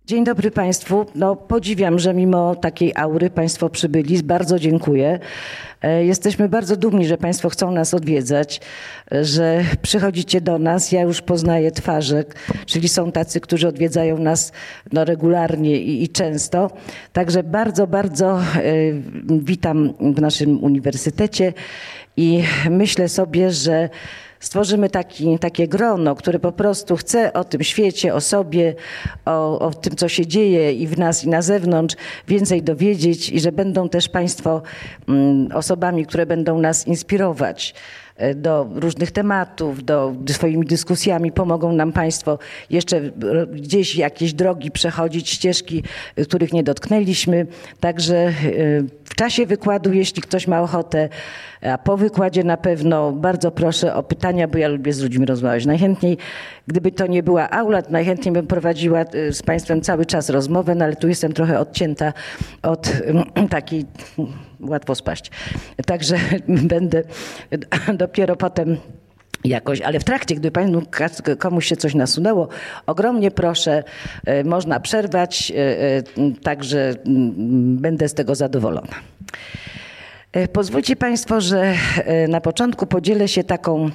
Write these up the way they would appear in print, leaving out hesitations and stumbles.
Dzień dobry Państwu. Podziwiam, że mimo takiej aury Państwo przybyli. Bardzo dziękuję. Jesteśmy bardzo dumni, że Państwo chcą nas odwiedzać, że przychodzicie do nas. Ja już poznaję twarze, czyli są tacy, którzy odwiedzają nas regularnie i często. Także bardzo, bardzo witam w naszym uniwersytecie i myślę sobie, że stworzymy takie grono, które po prostu chce o tym świecie, o sobie, o tym, co się dzieje i w nas, i na zewnątrz więcej dowiedzieć i że będą też Państwo osobami, które będą nas inspirować do różnych tematów, swoimi dyskusjami. Pomogą nam Państwo jeszcze gdzieś jakieś drogi przechodzić, ścieżki, których nie dotknęliśmy. Także w czasie wykładu, jeśli ktoś ma ochotę, a po wykładzie na pewno bardzo proszę o pytania, bo ja lubię z ludźmi rozmawiać. Najchętniej, gdyby to nie była aula, to najchętniej bym prowadziła z Państwem cały czas rozmowę, no ale tu jestem trochę odcięta od takiej, łatwo spaść. Także będę dopiero potem jakoś, ale w trakcie, gdy komuś się coś nasunęło, ogromnie proszę, można przerwać, także będę z tego zadowolona. Pozwólcie Państwo, że na początku podzielę się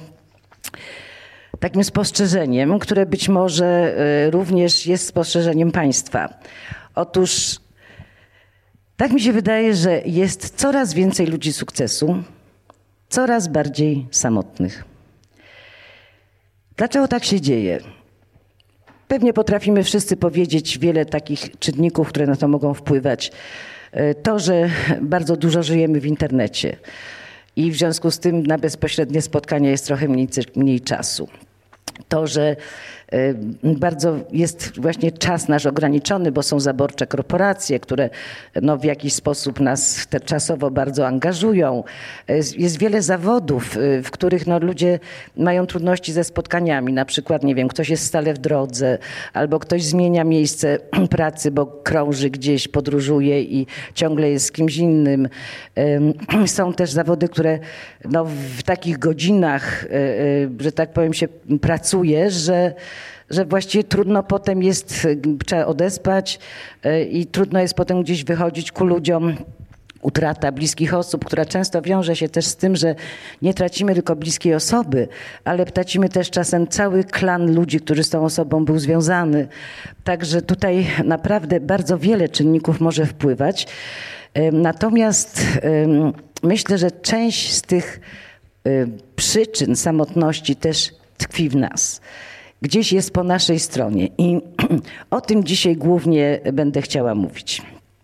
takim spostrzeżeniem, które być może również jest spostrzeżeniem Państwa. Otóż tak mi się wydaje, że jest coraz więcej ludzi sukcesu, coraz bardziej samotnych. Dlaczego tak się dzieje? Pewnie potrafimy wszyscy powiedzieć wiele takich czynników, które na to mogą wpływać. To, że bardzo dużo żyjemy w internecie i w związku z tym na bezpośrednie spotkania jest trochę mniej czasu. To, że bardzo jest właśnie czas nasz ograniczony, bo są zaborcze korporacje, które w jakiś sposób nas czasowo bardzo angażują. Jest wiele zawodów, w których ludzie mają trudności ze spotkaniami. Na przykład, nie wiem, ktoś jest stale w drodze albo ktoś zmienia miejsce pracy, bo krąży gdzieś, podróżuje i ciągle jest z kimś innym. Są też zawody, które w takich godzinach, że tak powiem, się pracuje, że właściwie trudno potem trzeba odespać i trudno jest potem gdzieś wychodzić ku ludziom. Utrata bliskich osób, która często wiąże się też z tym, że nie tracimy tylko bliskiej osoby, ale tracimy też czasem cały klan ludzi, który z tą osobą był związany. Także tutaj naprawdę bardzo wiele czynników może wpływać. Natomiast myślę, że część z tych przyczyn samotności też tkwi w nas. Gdzieś jest po naszej stronie i o tym dzisiaj głównie będę chciała mówić.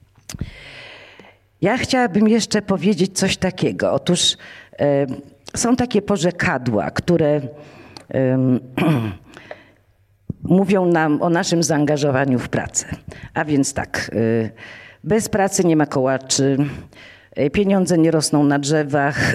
Ja chciałabym jeszcze powiedzieć coś takiego. Otóż są takie porzekadła, które mówią nam o naszym zaangażowaniu w pracę. A więc tak, bez pracy nie ma kołaczy, pieniądze nie rosną na drzewach.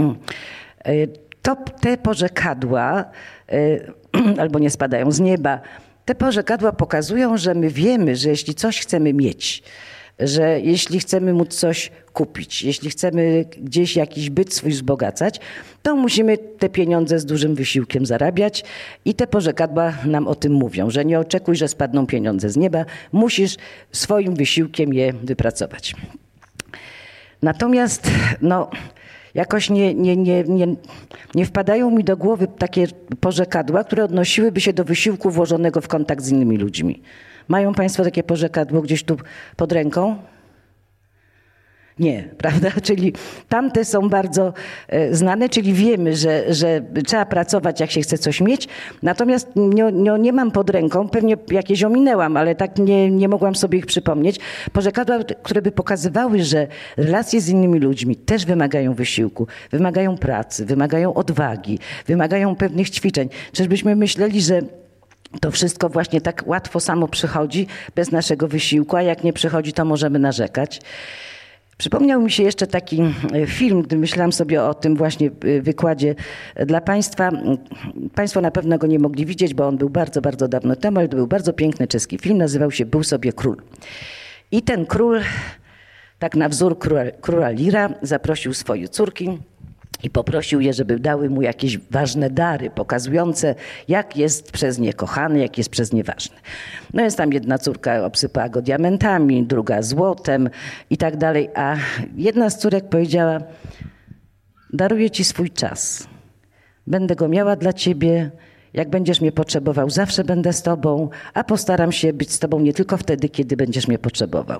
Te porzekadła albo nie spadają z nieba. Te porzekadła pokazują, że my wiemy, że jeśli coś chcemy mieć, że jeśli chcemy móc coś kupić, jeśli chcemy gdzieś jakiś byt swój wzbogacać, to musimy te pieniądze z dużym wysiłkiem zarabiać i te porzekadła nam o tym mówią, że nie oczekuj, że spadną pieniądze z nieba, musisz swoim wysiłkiem je wypracować. Natomiast jakoś nie wpadają mi do głowy takie porzekadła, które odnosiłyby się do wysiłku włożonego w kontakt z innymi ludźmi. Mają Państwo takie porzekadło gdzieś tu pod ręką? Nie, prawda? Czyli tamte są bardzo znane, czyli wiemy, że trzeba pracować, jak się chce coś mieć. Natomiast nie mam pod ręką, pewnie jakieś ominęłam, ale tak nie mogłam sobie ich przypomnieć. Porzekadła, które by pokazywały, że relacje z innymi ludźmi też wymagają wysiłku, wymagają pracy, wymagają odwagi, wymagają pewnych ćwiczeń. Czyżbyśmy myśleli, że to wszystko właśnie tak łatwo samo przychodzi bez naszego wysiłku, a jak nie przychodzi, to możemy narzekać. Przypomniał mi się jeszcze taki film, gdy myślałam sobie o tym właśnie wykładzie dla Państwa. Państwo na pewno go nie mogli widzieć, bo on był bardzo, bardzo dawno temu, ale to był bardzo piękny czeski film, nazywał się Był sobie król. I ten król, tak na wzór króla Lira, zaprosił swoje córki i poprosił je, żeby dały mu jakieś ważne dary, pokazujące, jak jest przez nie kochany, jak jest przez nie ważny. No jest tam jedna córka, obsypała go diamentami, druga złotem i tak dalej, a jedna z córek powiedziała: daruję ci swój czas. Będę go miała dla ciebie. Jak będziesz mnie potrzebował, zawsze będę z tobą, a postaram się być z tobą nie tylko wtedy, kiedy będziesz mnie potrzebował.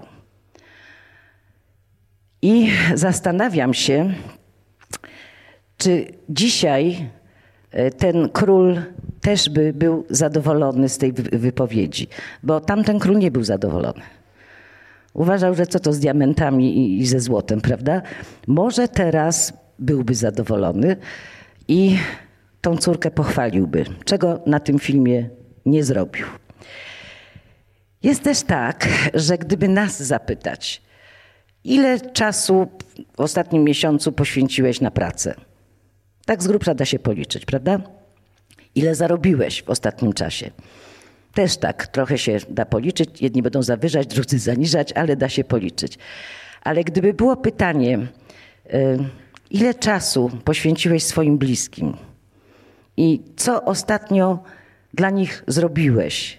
I zastanawiam się, czy dzisiaj ten król też by był zadowolony z tej wypowiedzi, bo tamten król nie był zadowolony. Uważał, że co to z diamentami i ze złotem, prawda? Może teraz byłby zadowolony i tą córkę pochwaliłby, czego na tym filmie nie zrobił. Jest też tak, że gdyby nas zapytać, ile czasu w ostatnim miesiącu poświęciłeś na pracę? Tak z grubsza da się policzyć, prawda? Ile zarobiłeś w ostatnim czasie? Też tak, trochę się da policzyć. Jedni będą zawyżać, drudzy zaniżać, ale da się policzyć. Ale gdyby było pytanie, ile czasu poświęciłeś swoim bliskim i co ostatnio dla nich zrobiłeś?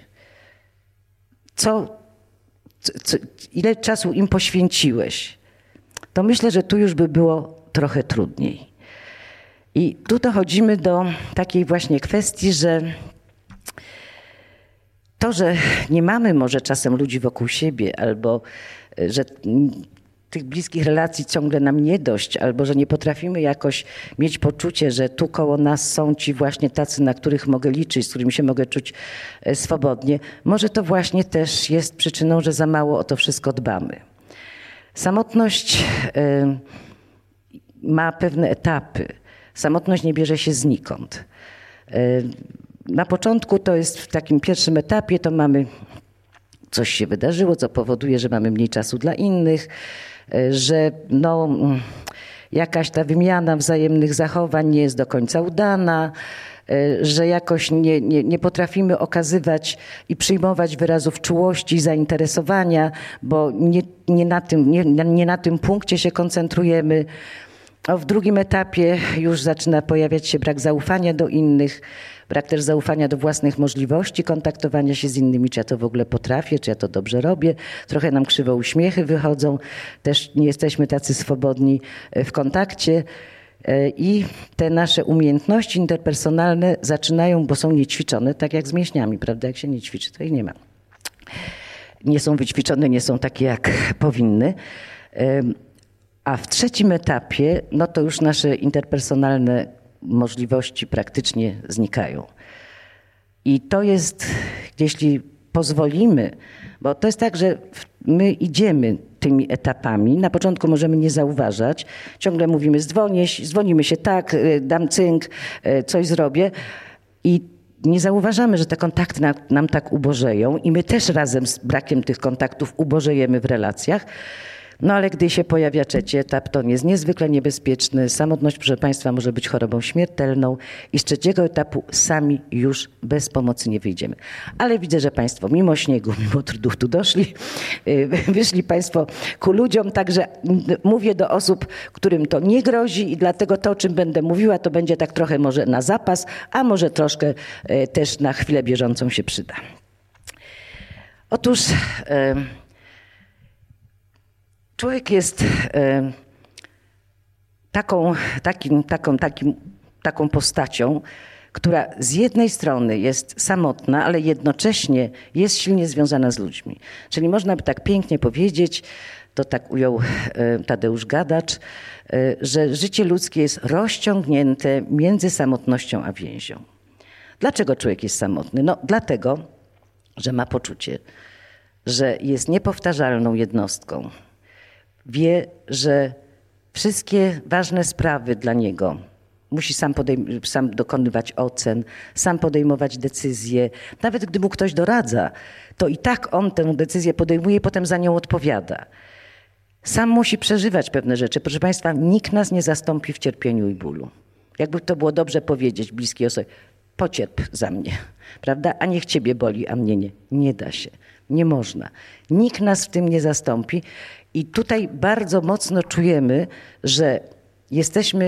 Ile czasu im poświęciłeś? To myślę, że tu już by było trochę trudniej. I tu dochodzimy do takiej właśnie kwestii, że to, że nie mamy może czasem ludzi wokół siebie, albo że tych bliskich relacji ciągle nam nie dość, albo że nie potrafimy jakoś mieć poczucie, że tu koło nas są ci właśnie tacy, na których mogę liczyć, z którymi się mogę czuć swobodnie. Może to właśnie też jest przyczyną, że za mało o to wszystko dbamy. Samotność ma pewne etapy. Samotność nie bierze się znikąd. Na początku to jest w takim pierwszym etapie, to mamy, coś się wydarzyło, co powoduje, że mamy mniej czasu dla innych, że jakaś ta wymiana wzajemnych zachowań nie jest do końca udana, że jakoś nie potrafimy okazywać i przyjmować wyrazów czułości i zainteresowania, bo nie na tym punkcie się koncentrujemy. W drugim etapie już zaczyna pojawiać się brak zaufania do innych, brak też zaufania do własnych możliwości kontaktowania się z innymi, czy ja to w ogóle potrafię, czy ja to dobrze robię. Trochę nam krzywo uśmiechy wychodzą, też nie jesteśmy tacy swobodni w kontakcie i te nasze umiejętności interpersonalne zaczynają, bo są niećwiczone, tak jak z mięśniami, prawda? Jak się nie ćwiczy, to ich nie ma. Nie są wyćwiczone, nie są takie, jak powinny. A w trzecim etapie, no to już nasze interpersonalne możliwości praktycznie znikają. I to jest, jeśli pozwolimy, bo to jest tak, że my idziemy tymi etapami. Na początku możemy nie zauważać. Ciągle mówimy, dzwonimy się tak, dam cynk, coś zrobię. I nie zauważamy, że te kontakty nam tak ubożeją i my też razem z brakiem tych kontaktów ubożejemy w relacjach. No ale gdy się pojawia trzeci etap, to on jest niezwykle niebezpieczny. Samotność, proszę Państwa, może być chorobą śmiertelną i z trzeciego etapu sami już bez pomocy nie wyjdziemy. Ale widzę, że Państwo mimo śniegu, mimo trudów tu doszli, wyszli Państwo ku ludziom, także mówię do osób, którym to nie grozi i dlatego to, o czym będę mówiła, to będzie tak trochę może na zapas, a może troszkę też na chwilę bieżącą się przyda. Otóż człowiek jest taką postacią, która z jednej strony jest samotna, ale jednocześnie jest silnie związana z ludźmi. Czyli można by tak pięknie powiedzieć, to tak ujął Tadeusz Gadacz, że życie ludzkie jest rozciągnięte między samotnością a więzią. Dlaczego człowiek jest samotny? No dlatego, że ma poczucie, że jest niepowtarzalną jednostką. Wie, że wszystkie ważne sprawy dla niego musi sam dokonywać ocen, sam podejmować decyzje. Nawet gdy mu ktoś doradza, to i tak on tę decyzję podejmuje i potem za nią odpowiada. Sam musi przeżywać pewne rzeczy. Proszę Państwa, nikt nas nie zastąpi w cierpieniu i bólu. Jakby to było dobrze powiedzieć bliskiej osobie, pocierp za mnie, prawda? A niech ciebie boli, a mnie nie. Nie da się, nie można. Nikt nas w tym nie zastąpi. I tutaj bardzo mocno czujemy, że jesteśmy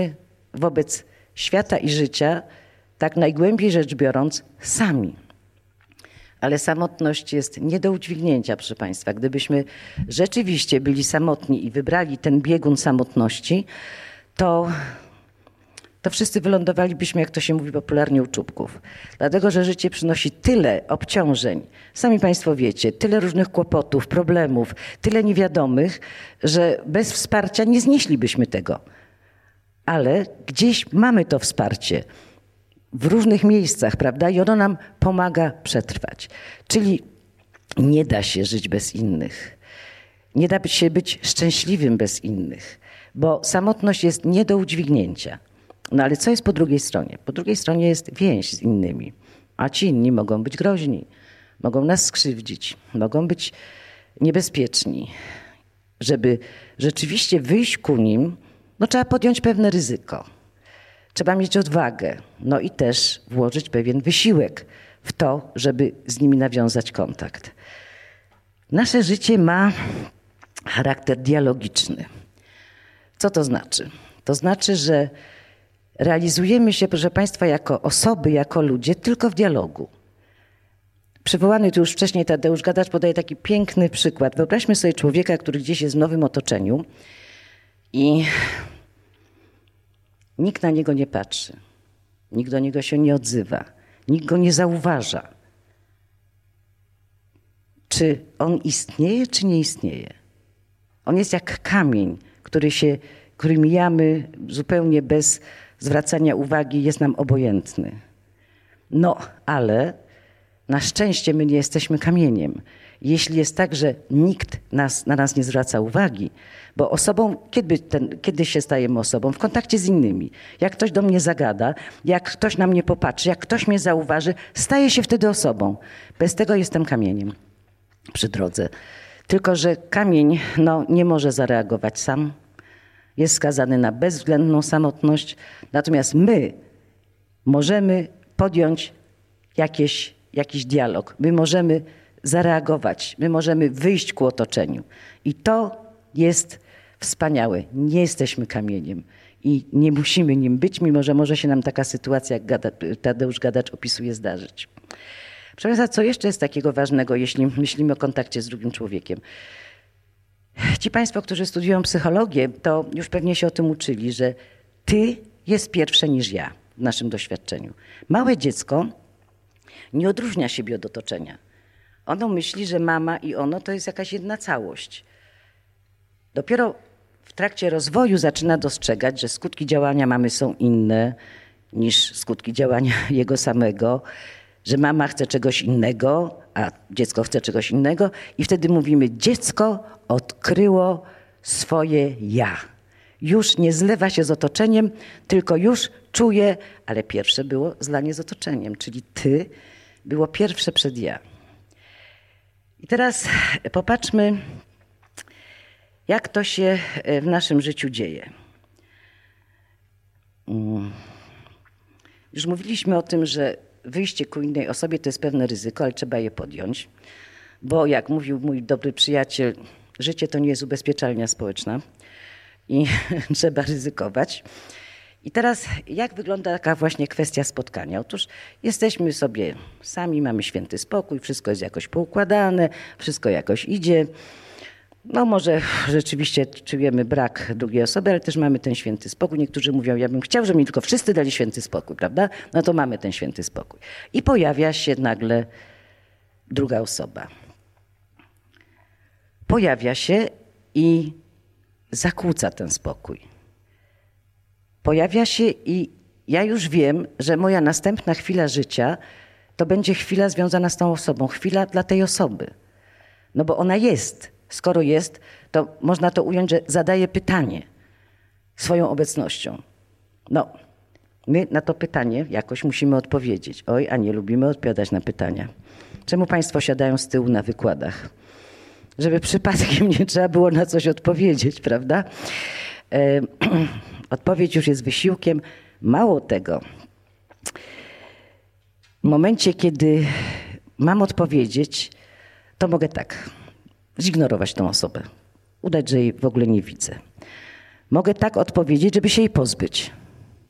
wobec świata i życia, tak najgłębiej rzecz biorąc, sami. Ale samotność jest nie do udźwignięcia, proszę Państwa. Gdybyśmy rzeczywiście byli samotni i wybrali ten biegun samotności, to wszyscy wylądowalibyśmy, jak to się mówi popularnie, u czubków. Dlatego, że życie przynosi tyle obciążeń, sami Państwo wiecie, tyle różnych kłopotów, problemów, tyle niewiadomych, że bez wsparcia nie znieślibyśmy tego. Ale gdzieś mamy to wsparcie w różnych miejscach, prawda? I ono nam pomaga przetrwać. Czyli nie da się żyć bez innych. Nie da się być szczęśliwym bez innych, bo samotność jest nie do udźwignięcia. No ale co jest po drugiej stronie? Po drugiej stronie jest więź z innymi, a ci inni mogą być groźni, mogą nas skrzywdzić, mogą być niebezpieczni. Żeby rzeczywiście wyjść ku nim, no trzeba podjąć pewne ryzyko. Trzeba mieć odwagę, no i też włożyć pewien wysiłek w to, żeby z nimi nawiązać kontakt. Nasze życie ma charakter dialogiczny. Co to znaczy? To znaczy, że realizujemy się, proszę Państwa, jako osoby, jako ludzie tylko w dialogu. Przywołany tu już wcześniej Tadeusz Gadacz podaje taki piękny przykład. Wyobraźmy sobie człowieka, który gdzieś jest w nowym otoczeniu i nikt na niego nie patrzy, nikt do niego się nie odzywa, nikt go nie zauważa. Czy on istnieje, czy nie istnieje? On jest jak kamień, który mijamy zupełnie bez zwracania uwagi, jest nam obojętny. No, ale na szczęście my nie jesteśmy kamieniem. Jeśli jest tak, że nikt na nas nie zwraca uwagi, bo osobą, kiedy się stajemy osobą? W kontakcie z innymi. Jak ktoś do mnie zagada, jak ktoś na mnie popatrzy, jak ktoś mnie zauważy, staję się wtedy osobą. Bez tego jestem kamieniem przy drodze. Tylko że kamień nie może zareagować sam. Jest skazany na bezwzględną samotność. Natomiast my możemy podjąć jakiś dialog. My możemy zareagować. My możemy wyjść ku otoczeniu. I to jest wspaniałe. Nie jesteśmy kamieniem i nie musimy nim być, mimo że może się nam taka sytuacja, jak Tadeusz Gadacz opisuje, zdarzyć. Proszę Państwa, co jeszcze jest takiego ważnego, jeśli myślimy o kontakcie z drugim człowiekiem? Ci Państwo, którzy studiują psychologię, to już pewnie się o tym uczyli, że ty jest pierwsze niż ja w naszym doświadczeniu. Małe dziecko nie odróżnia siebie od otoczenia. Ono myśli, że mama i ono to jest jakaś jedna całość. Dopiero w trakcie rozwoju zaczyna dostrzegać, że skutki działania mamy są inne niż skutki działania jego samego, że mama chce czegoś innego, a dziecko chce czegoś innego i wtedy mówimy, dziecko odkryło swoje ja. Już nie zlewa się z otoczeniem, tylko już czuje, ale pierwsze było zlanie z otoczeniem, czyli ty było pierwsze przed ja. I teraz popatrzmy, jak to się w naszym życiu dzieje. Już mówiliśmy o tym, że wyjście ku innej osobie to jest pewne ryzyko, ale trzeba je podjąć. Bo jak mówił mój dobry przyjaciel, życie to nie jest ubezpieczalnia społeczna i trzeba ryzykować. I teraz jak wygląda taka właśnie kwestia spotkania? Otóż jesteśmy sobie sami, mamy święty spokój, wszystko jest jakoś poukładane, wszystko jakoś idzie. No może rzeczywiście czujemy brak drugiej osoby, ale też mamy ten święty spokój. Niektórzy mówią, ja bym chciał, żeby mi tylko wszyscy dali święty spokój, prawda? No to mamy ten święty spokój. I pojawia się nagle druga osoba. Pojawia się i zakłóca ten spokój. Pojawia się i ja już wiem, że moja następna chwila życia to będzie chwila związana z tą osobą, chwila dla tej osoby. No bo ona jest. Skoro jest, to można to ująć, że zadaje pytanie swoją obecnością. No, my na to pytanie jakoś musimy odpowiedzieć. Oj, a nie lubimy odpowiadać na pytania. Czemu Państwo siadają z tyłu na wykładach? Żeby przypadkiem nie trzeba było na coś odpowiedzieć, prawda? Odpowiedź już jest wysiłkiem. Mało tego, w momencie, kiedy mam odpowiedzieć, to mogę tak zignorować tą osobę, udać, że jej w ogóle nie widzę. Mogę tak odpowiedzieć, żeby się jej pozbyć.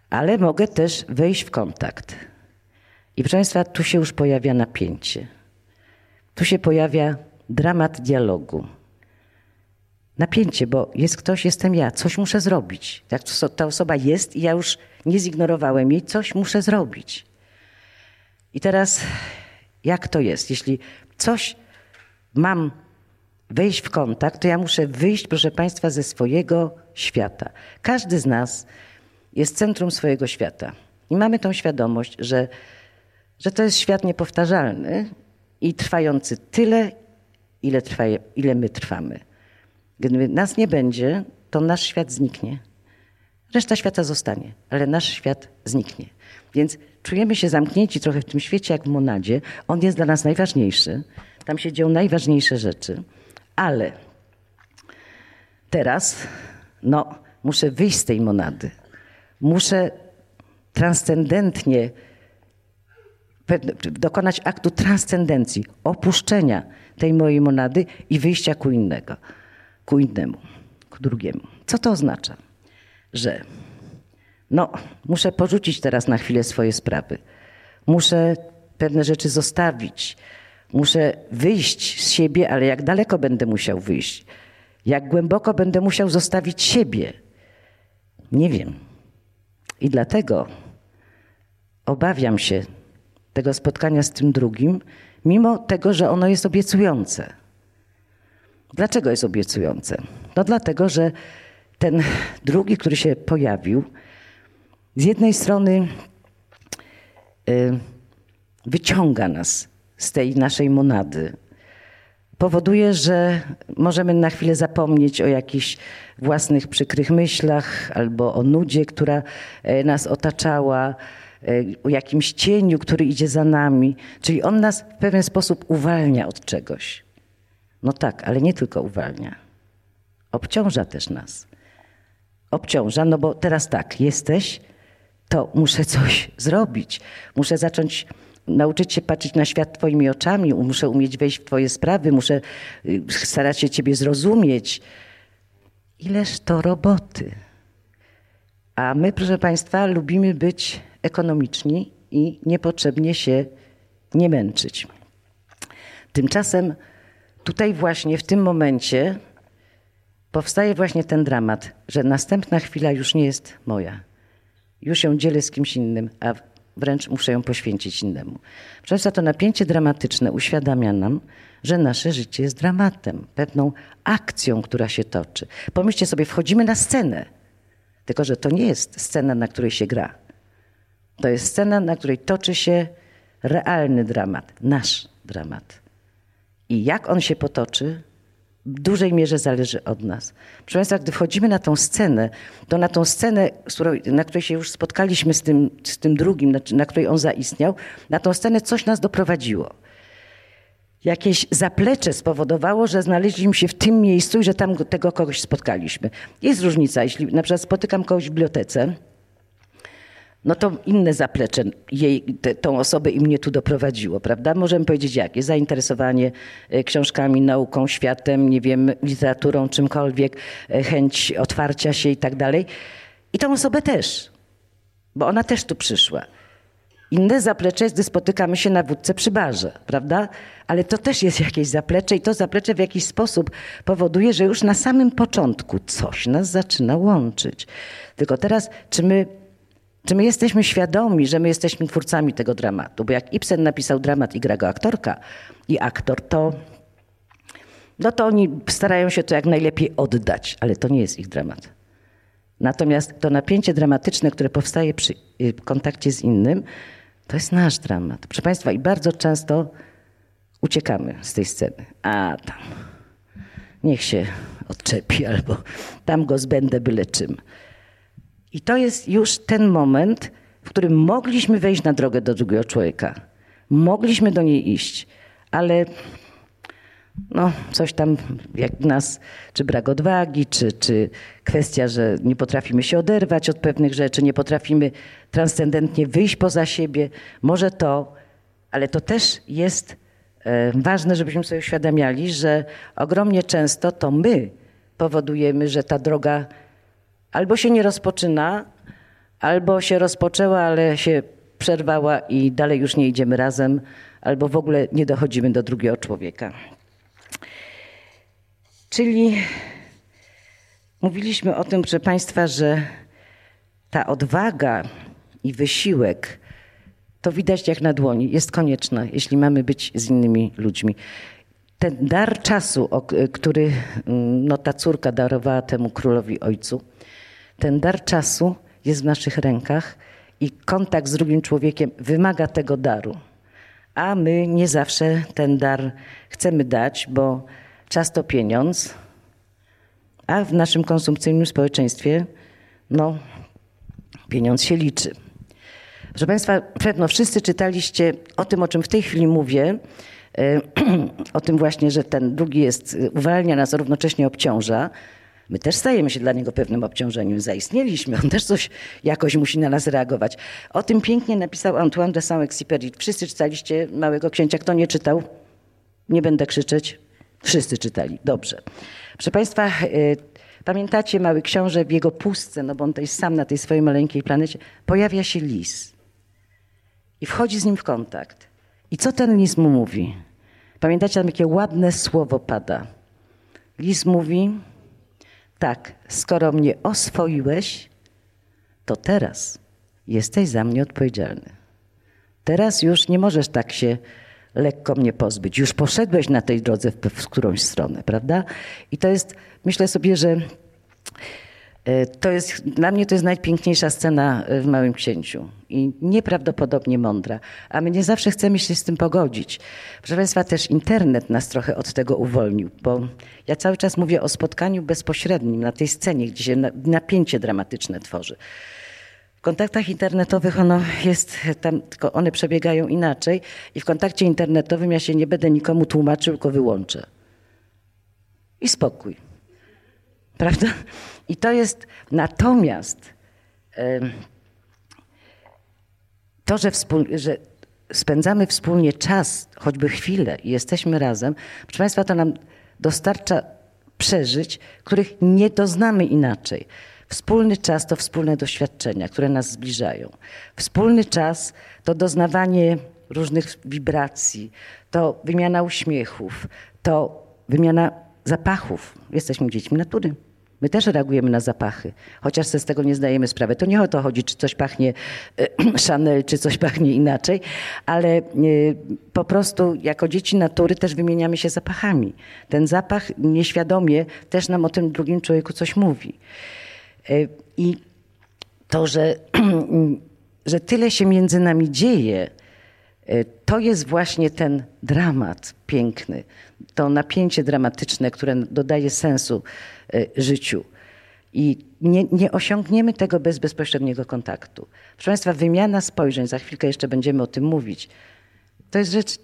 ale mogę też wejść w kontakt. I proszę Państwa, tu się już pojawia napięcie. Tu się pojawia dramat dialogu. Napięcie, bo jest ktoś, jestem ja, coś muszę zrobić. Jak ta osoba jest i ja już nie zignorowałem jej, coś muszę zrobić. I teraz jak to jest? Jeśli coś mam wejść w kontakt, to ja muszę wyjść, proszę Państwa, ze swojego świata. Każdy z nas jest centrum swojego świata. I mamy tą świadomość, że to jest świat niepowtarzalny i trwający tyle, ile my trwamy. Gdyby nas nie będzie, to nasz świat zniknie. Reszta świata zostanie, ale nasz świat zniknie. Więc czujemy się zamknięci trochę w tym świecie jak w monadzie. On jest dla nas najważniejszy. Tam się dzieją najważniejsze rzeczy. Ale teraz muszę wyjść z tej monady. Muszę transcendentnie dokonać aktu transcendencji, opuszczenia tej mojej monady i wyjścia ku innemu, ku drugiemu. Co to oznacza? Że muszę porzucić teraz na chwilę swoje sprawy. Muszę pewne rzeczy zostawić. Muszę wyjść z siebie, ale jak daleko będę musiał wyjść? Jak głęboko będę musiał zostawić siebie? Nie wiem. I dlatego obawiam się tego spotkania z tym drugim, mimo tego, że ono jest obiecujące. Dlaczego jest obiecujące? Dlatego, że ten drugi, który się pojawił, z jednej strony wyciąga nas z tej naszej monady. Powoduje, że możemy na chwilę zapomnieć o jakichś własnych przykrych myślach albo o nudzie, która nas otaczała, o jakimś cieniu, który idzie za nami. Czyli on nas w pewien sposób uwalnia od czegoś. No tak, ale nie tylko uwalnia. Obciąża też nas. Obciąża, bo teraz tak, jesteś, to muszę coś zrobić. Muszę nauczyć się patrzeć na świat twoimi oczami, muszę umieć wejść w twoje sprawy, muszę starać się ciebie zrozumieć. Ileż to roboty. A my, proszę Państwa, lubimy być ekonomiczni i niepotrzebnie się nie męczyć. Tymczasem tutaj właśnie w tym momencie powstaje właśnie ten dramat, że następna chwila już nie jest moja. Już ją dzielę z kimś innym, a wręcz muszę ją poświęcić innemu. Proszę Państwa, to napięcie dramatyczne uświadamia nam, że nasze życie jest dramatem, pewną akcją, która się toczy. Pomyślcie sobie, wchodzimy na scenę, tylko że to nie jest scena, na której się gra. To jest scena, na której toczy się realny dramat, nasz dramat. I jak on się potoczy, w dużej mierze zależy od nas. Proszę Państwa, gdy wchodzimy na tą scenę, to na tą scenę, na której się już spotkaliśmy z tym drugim, na której on zaistniał, na tą scenę coś nas doprowadziło. Jakieś zaplecze spowodowało, że znaleźliśmy się w tym miejscu i że tam tego kogoś spotkaliśmy. Jest różnica, jeśli na przykład spotykam kogoś w bibliotece, to inne zaplecze tą osobę i mnie tu doprowadziło, prawda? Możemy powiedzieć jakie? Zainteresowanie książkami, nauką, światem, nie wiem, literaturą, czymkolwiek, chęć otwarcia się i tak dalej. I tą osobę też, bo ona też tu przyszła. Inne zaplecze jest, gdy spotykamy się na wódce przy barze, prawda? Ale to też jest jakieś zaplecze i to zaplecze w jakiś sposób powoduje, że już na samym początku coś nas zaczyna łączyć. Tylko teraz, czy my jesteśmy świadomi, że my jesteśmy twórcami tego dramatu? Bo jak Ibsen napisał dramat i gra go aktorka i aktor, to oni starają się to jak najlepiej oddać, ale to nie jest ich dramat. Natomiast to napięcie dramatyczne, które powstaje przy kontakcie z innym, to jest nasz dramat. Proszę Państwa, i bardzo często uciekamy z tej sceny. A tam, niech się odczepi, albo tam go zbędę byle czym. I to jest już ten moment, w którym mogliśmy wejść na drogę do drugiego człowieka. Mogliśmy do niej iść, ale coś tam jak nas, czy brak odwagi, czy kwestia, że nie potrafimy się oderwać od pewnych rzeczy, nie potrafimy transcendentnie wyjść poza siebie. Może to, ale to też jest ważne, żebyśmy sobie uświadamiali, że ogromnie często to my powodujemy, że ta droga albo się nie rozpoczyna, albo się rozpoczęła, ale się przerwała i dalej już nie idziemy razem, albo w ogóle nie dochodzimy do drugiego człowieka. Czyli mówiliśmy o tym, proszę Państwa, że ta odwaga i wysiłek, to widać jak na dłoni, jest konieczna, jeśli mamy być z innymi ludźmi. Ten dar czasu, który ta córka darowała temu królowi ojcu, ten dar czasu jest w naszych rękach i kontakt z drugim człowiekiem wymaga tego daru. A my nie zawsze ten dar chcemy dać, bo czas to pieniądz, a w naszym konsumpcyjnym społeczeństwie pieniądz się liczy. Proszę Państwa, pewno wszyscy czytaliście o tym, o czym w tej chwili mówię, o tym właśnie, że ten drugi uwalnia nas, a równocześnie obciąża. My też stajemy się dla niego pewnym obciążeniem. Zaistnieliśmy, on też jakoś musi na nas reagować. O tym pięknie napisał Antoine de Saint-Exupéry. Wszyscy czytaliście Małego Księcia. Kto nie czytał? Nie będę krzyczeć. Wszyscy czytali. Dobrze. Proszę Państwa, pamiętacie Mały Książę w jego pustce, bo on jest sam na tej swojej maleńkiej planecie, pojawia się lis i wchodzi z nim w kontakt. I co ten lis mu mówi? Pamiętacie, tam jakie ładne słowo pada. Lis mówi: tak, skoro mnie oswoiłeś, to teraz jesteś za mnie odpowiedzialny. Teraz już nie możesz tak się lekko mnie pozbyć. Już poszedłeś na tej drodze w którąś stronę, prawda? I to jest, myślę sobie, że dla mnie to jest najpiękniejsza scena w Małym Księciu i nieprawdopodobnie mądra. A my nie zawsze chcemy się z tym pogodzić. Proszę Państwa, też internet nas trochę od tego uwolnił, bo ja cały czas mówię o spotkaniu bezpośrednim na tej scenie, gdzie się napięcie dramatyczne tworzy. W kontaktach internetowych tylko one przebiegają inaczej i w kontakcie internetowym ja się nie będę nikomu tłumaczył, tylko wyłączę. I spokój. Prawda? I to jest natomiast to, że spędzamy wspólnie czas, choćby chwilę i jesteśmy razem, proszę Państwa, to nam dostarcza przeżyć, których nie doznamy inaczej. Wspólny czas to wspólne doświadczenia, które nas zbliżają. Wspólny czas to doznawanie różnych wibracji, to wymiana uśmiechów, to wymiana zapachów. Jesteśmy dziećmi natury. My też reagujemy na zapachy, chociaż sobie z tego nie zdajemy sprawy. To nie o to chodzi, czy coś pachnie Chanel, czy coś pachnie inaczej, ale po prostu jako dzieci natury też wymieniamy się zapachami. Ten zapach nieświadomie też nam o tym drugim człowieku coś mówi. I to, że tyle się między nami dzieje, to jest właśnie ten dramat piękny, to napięcie dramatyczne, które dodaje sensu życiu. I nie osiągniemy tego bez bezpośredniego kontaktu. Proszę Państwa, wymiana spojrzeń, za chwilkę jeszcze będziemy o tym mówić, to jest rzecz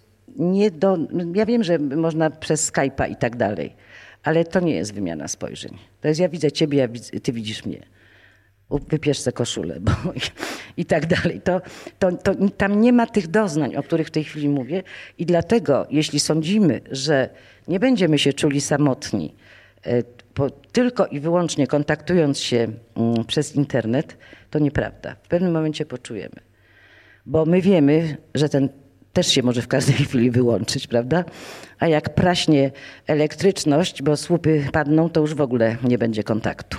ja wiem, że można przez Skype'a i tak dalej, ale to nie jest wymiana spojrzeń. To jest: ja widzę ciebie, ty widzisz mnie. Wypierz se koszulę i tak dalej. Tam nie ma tych doznań, o których w tej chwili mówię i dlatego, jeśli sądzimy, że nie będziemy się czuli samotni, tylko i wyłącznie kontaktując się przez internet, to nieprawda. W pewnym momencie poczujemy. Bo my wiemy, że ten też się może w każdej chwili wyłączyć, prawda? A jak praśnie elektryczność, bo słupy padną, to już w ogóle nie będzie kontaktu.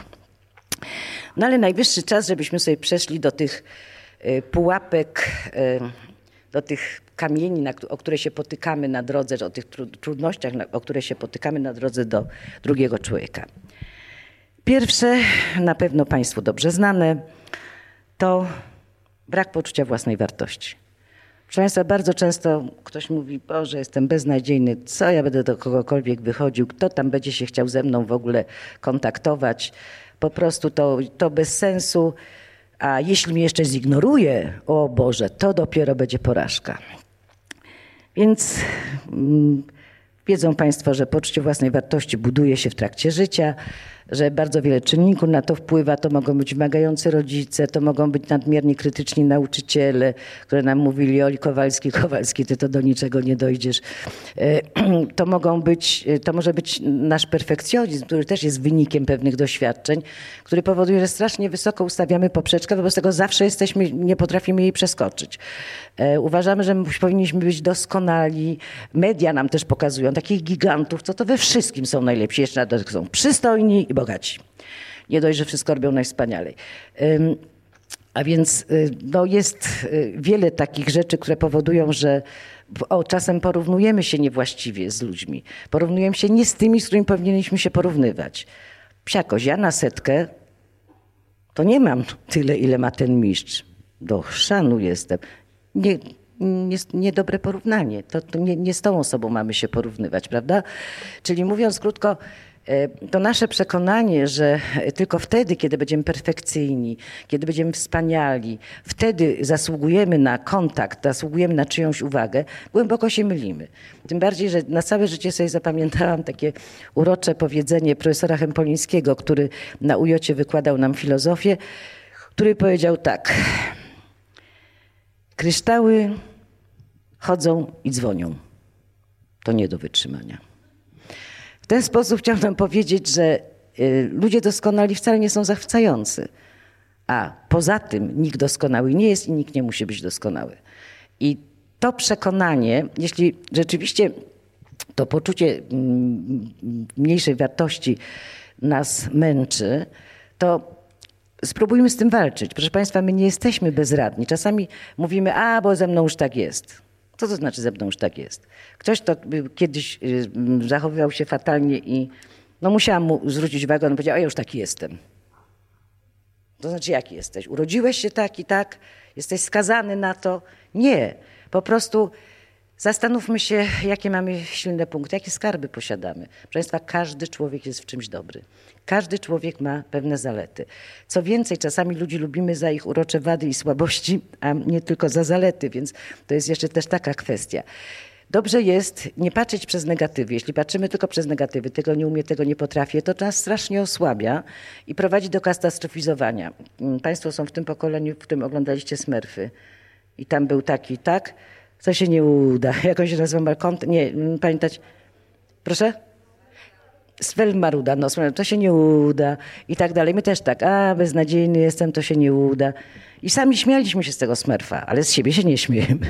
No ale najwyższy czas, żebyśmy sobie przeszli do tych pułapek, do tych kamieni, o które się potykamy na drodze, o tych trudnościach, o które się potykamy na drodze do drugiego człowieka. Pierwsze, na pewno Państwu dobrze znane, to brak poczucia własnej wartości. Proszę Państwa, bardzo często ktoś mówi: Boże, jestem beznadziejny, co ja będę do kogokolwiek wychodził, kto tam będzie się chciał ze mną w ogóle kontaktować, po prostu to bez sensu, a jeśli mnie jeszcze zignoruje, o Boże, to dopiero będzie porażka. Więc Wiedzą Państwo, że poczucie własnej wartości buduje się w trakcie życia, że bardzo wiele czynników na to wpływa. To mogą być wymagający rodzice, to mogą być nadmiernie krytyczni nauczyciele, które nam mówili: Oli Kowalski, ty to do niczego nie dojdziesz. To może być nasz perfekcjonizm, który też jest wynikiem pewnych doświadczeń, który powoduje, że strasznie wysoko ustawiamy poprzeczkę, wobec tego zawsze nie potrafimy jej przeskoczyć. Uważamy, że powinniśmy być doskonali. Media nam też pokazują takich gigantów, co to we wszystkim są najlepsi. Jeszcze na to są przystojni i bogaci. Nie dość, że wszystko robią najwspanialej. A więc jest wiele takich rzeczy, które powodują, że czasem porównujemy się niewłaściwie z ludźmi. Porównujemy się nie z tymi, z którymi powinniśmy się porównywać. Psiakoś, ja na 100 to nie mam tyle, ile ma ten mistrz. Do chrzanu jestem. Niedobre porównanie. To nie z tą osobą mamy się porównywać, prawda? Czyli mówiąc krótko, to nasze przekonanie, że tylko wtedy, kiedy będziemy perfekcyjni, kiedy będziemy wspaniali, wtedy zasługujemy na kontakt, zasługujemy na czyjąś uwagę, głęboko się mylimy. Tym bardziej, że na całe życie sobie zapamiętałam takie urocze powiedzenie profesora Hempolińskiego, który na UJ wykładał nam filozofię, który powiedział tak: kryształy chodzą i dzwonią. To nie do wytrzymania. W ten sposób chciałam powiedzieć, że ludzie doskonali wcale nie są zachwycający. A poza tym nikt doskonały nie jest i nikt nie musi być doskonały. I to przekonanie, jeśli rzeczywiście to poczucie mniejszej wartości nas męczy, to spróbujmy z tym walczyć. Proszę Państwa, my nie jesteśmy bezradni. Czasami mówimy: bo ze mną już tak jest. Co to znaczy ze mną już tak jest? Ktoś, kto kiedyś zachowywał się fatalnie i musiałam mu zwrócić uwagę, on powiedział: ja już taki jestem. To znaczy, jaki jesteś? Urodziłeś się tak i tak? Jesteś skazany na to? Nie. Po prostu zastanówmy się, jakie mamy silne punkty, jakie skarby posiadamy. Proszę Państwa, każdy człowiek jest w czymś dobry. Każdy człowiek ma pewne zalety. Co więcej, czasami ludzi lubimy za ich urocze wady i słabości, a nie tylko za zalety, więc to jest jeszcze też taka kwestia. Dobrze jest nie patrzeć przez negatywy. Jeśli patrzymy tylko przez negatywy, tego nie umiem, tego nie potrafię, to nas strasznie osłabia i prowadzi do katastrofizowania. Państwo są w tym pokoleniu, w którym oglądaliście Smurfy. I tam był taki, tak? To się nie uda. Jak on się nazywa? Malkont? Nie, pamiętać? Proszę? Svel Maruda, to się nie uda i tak dalej. My też tak, beznadziejny jestem, to się nie uda. I sami śmialiśmy się z tego Smurfa, ale z siebie się nie śmiejemy.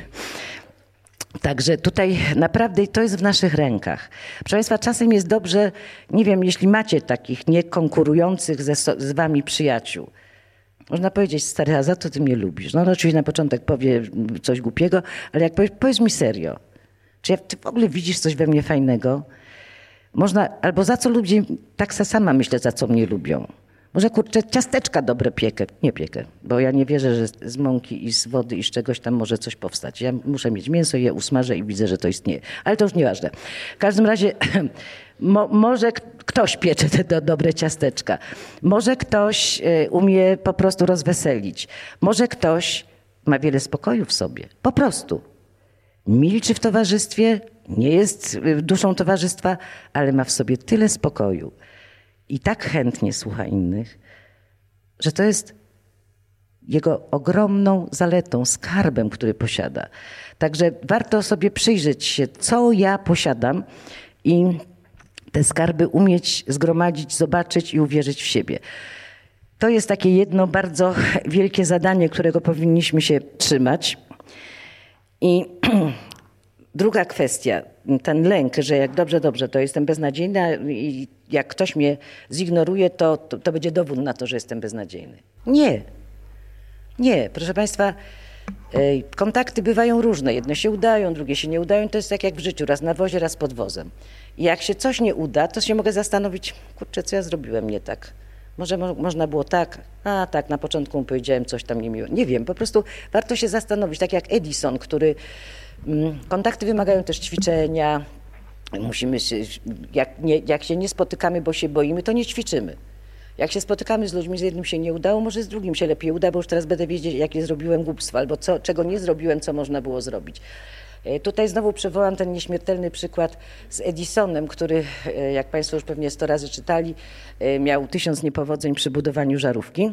Także tutaj naprawdę to jest w naszych rękach. Proszę Państwa, czasem jest dobrze, nie wiem, jeśli macie takich niekonkurujących z wami przyjaciół. Można powiedzieć: stary, a za to ty mnie lubisz. Oczywiście na początek powie coś głupiego, ale jak powiedz mi serio. Czy ty w ogóle widzisz coś we mnie fajnego? Można, albo za co ludzie, tak sama myślę, za co mnie lubią. Może kurczę, ciasteczka dobre piekę. Nie piekę, bo ja nie wierzę, że z mąki i z wody i z czegoś tam może coś powstać. Ja muszę mieć mięso, je usmażę i widzę, że to istnieje. Ale to już nieważne. W każdym razie może ktoś piecze te dobre ciasteczka. Może ktoś umie po prostu rozweselić. Może ktoś ma wiele spokoju w sobie. Po prostu. Milczy w towarzystwie, nie jest duszą towarzystwa, ale ma w sobie tyle spokoju i tak chętnie słucha innych, że to jest jego ogromną zaletą, skarbem, który posiada. Także warto sobie przyjrzeć się, co ja posiadam i te skarby umieć zgromadzić, zobaczyć i uwierzyć w siebie. To jest takie jedno bardzo wielkie zadanie, którego powinniśmy się trzymać. I druga kwestia, ten lęk, że jak dobrze, to jestem beznadziejna i jak ktoś mnie zignoruje, to będzie dowód na to, że jestem beznadziejny. Nie, proszę Państwa, kontakty bywają różne. Jedne się udają, drugie się nie udają. To jest tak jak w życiu, raz na wozie, raz pod wozem. I jak się coś nie uda, to się mogę zastanowić: kurczę, co ja zrobiłem nie tak? Może można było tak, tak, na początku mu powiedziałem coś tam niemiło. Nie wiem, po prostu warto się zastanowić, tak jak Edison, który... Kontakty wymagają też ćwiczenia. Musimy się, jak się nie spotykamy, bo się boimy, to nie ćwiczymy. Jak się spotykamy z ludźmi, z jednym się nie udało, może z drugim się lepiej uda, bo już teraz będę wiedzieć, jakie zrobiłem głupstwo, albo czego nie zrobiłem, co można było zrobić. Tutaj znowu przywołam ten nieśmiertelny przykład z Edisonem, który, jak Państwo już pewnie 100 razy czytali, miał 1000 niepowodzeń przy budowaniu żarówki,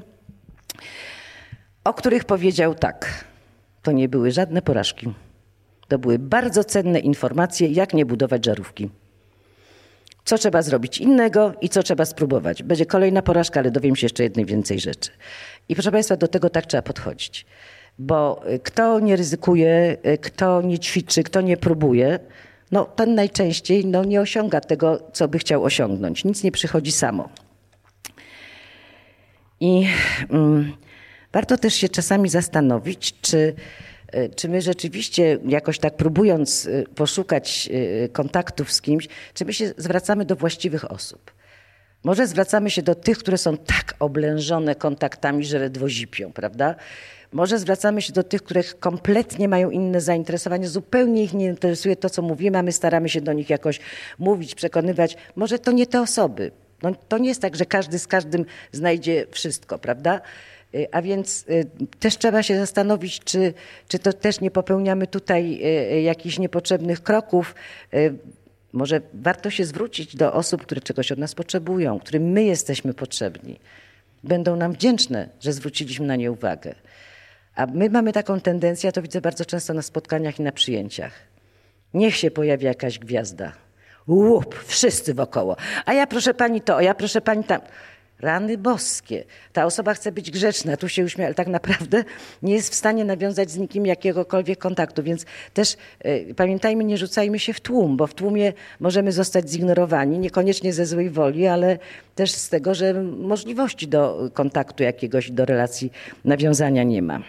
o których powiedział tak: to nie były żadne porażki. To były bardzo cenne informacje, jak nie budować żarówki. Co trzeba zrobić innego i co trzeba spróbować. Będzie kolejna porażka, ale dowiem się jeszcze jednej więcej rzeczy. I proszę Państwa, do tego tak trzeba podchodzić. Bo kto nie ryzykuje, kto nie ćwiczy, kto nie próbuje, no ten najczęściej nie osiąga tego, co by chciał osiągnąć. Nic nie przychodzi samo. I warto też się czasami zastanowić, czy my rzeczywiście jakoś tak próbując poszukać kontaktów z kimś, czy my się zwracamy do właściwych osób. Może zwracamy się do tych, które są tak oblężone kontaktami, że ledwo zipią, prawda? Może zwracamy się do tych, których kompletnie mają inne zainteresowanie, zupełnie ich nie interesuje to, co mówimy, a my staramy się do nich jakoś mówić, przekonywać. Może to nie te osoby. No, to nie jest tak, że każdy z każdym znajdzie wszystko, prawda? A więc też trzeba się zastanowić, czy to też nie popełniamy tutaj jakichś niepotrzebnych kroków. Może warto się zwrócić do osób, które czegoś od nas potrzebują, którym my jesteśmy potrzebni. Będą nam wdzięczne, że zwróciliśmy na nie uwagę. A my mamy taką tendencję, ja to widzę bardzo często na spotkaniach i na przyjęciach. Niech się pojawi jakaś gwiazda. Łup, wszyscy wokoło. A ja proszę pani to, a ja proszę pani tam. Rany boskie. Ta osoba chce być grzeczna, tu się uśmiecha, ale tak naprawdę nie jest w stanie nawiązać z nikim jakiegokolwiek kontaktu. Więc też pamiętajmy, nie rzucajmy się w tłum, bo w tłumie możemy zostać zignorowani, niekoniecznie ze złej woli, ale też z tego, że możliwości do kontaktu jakiegoś, do relacji nawiązania nie ma.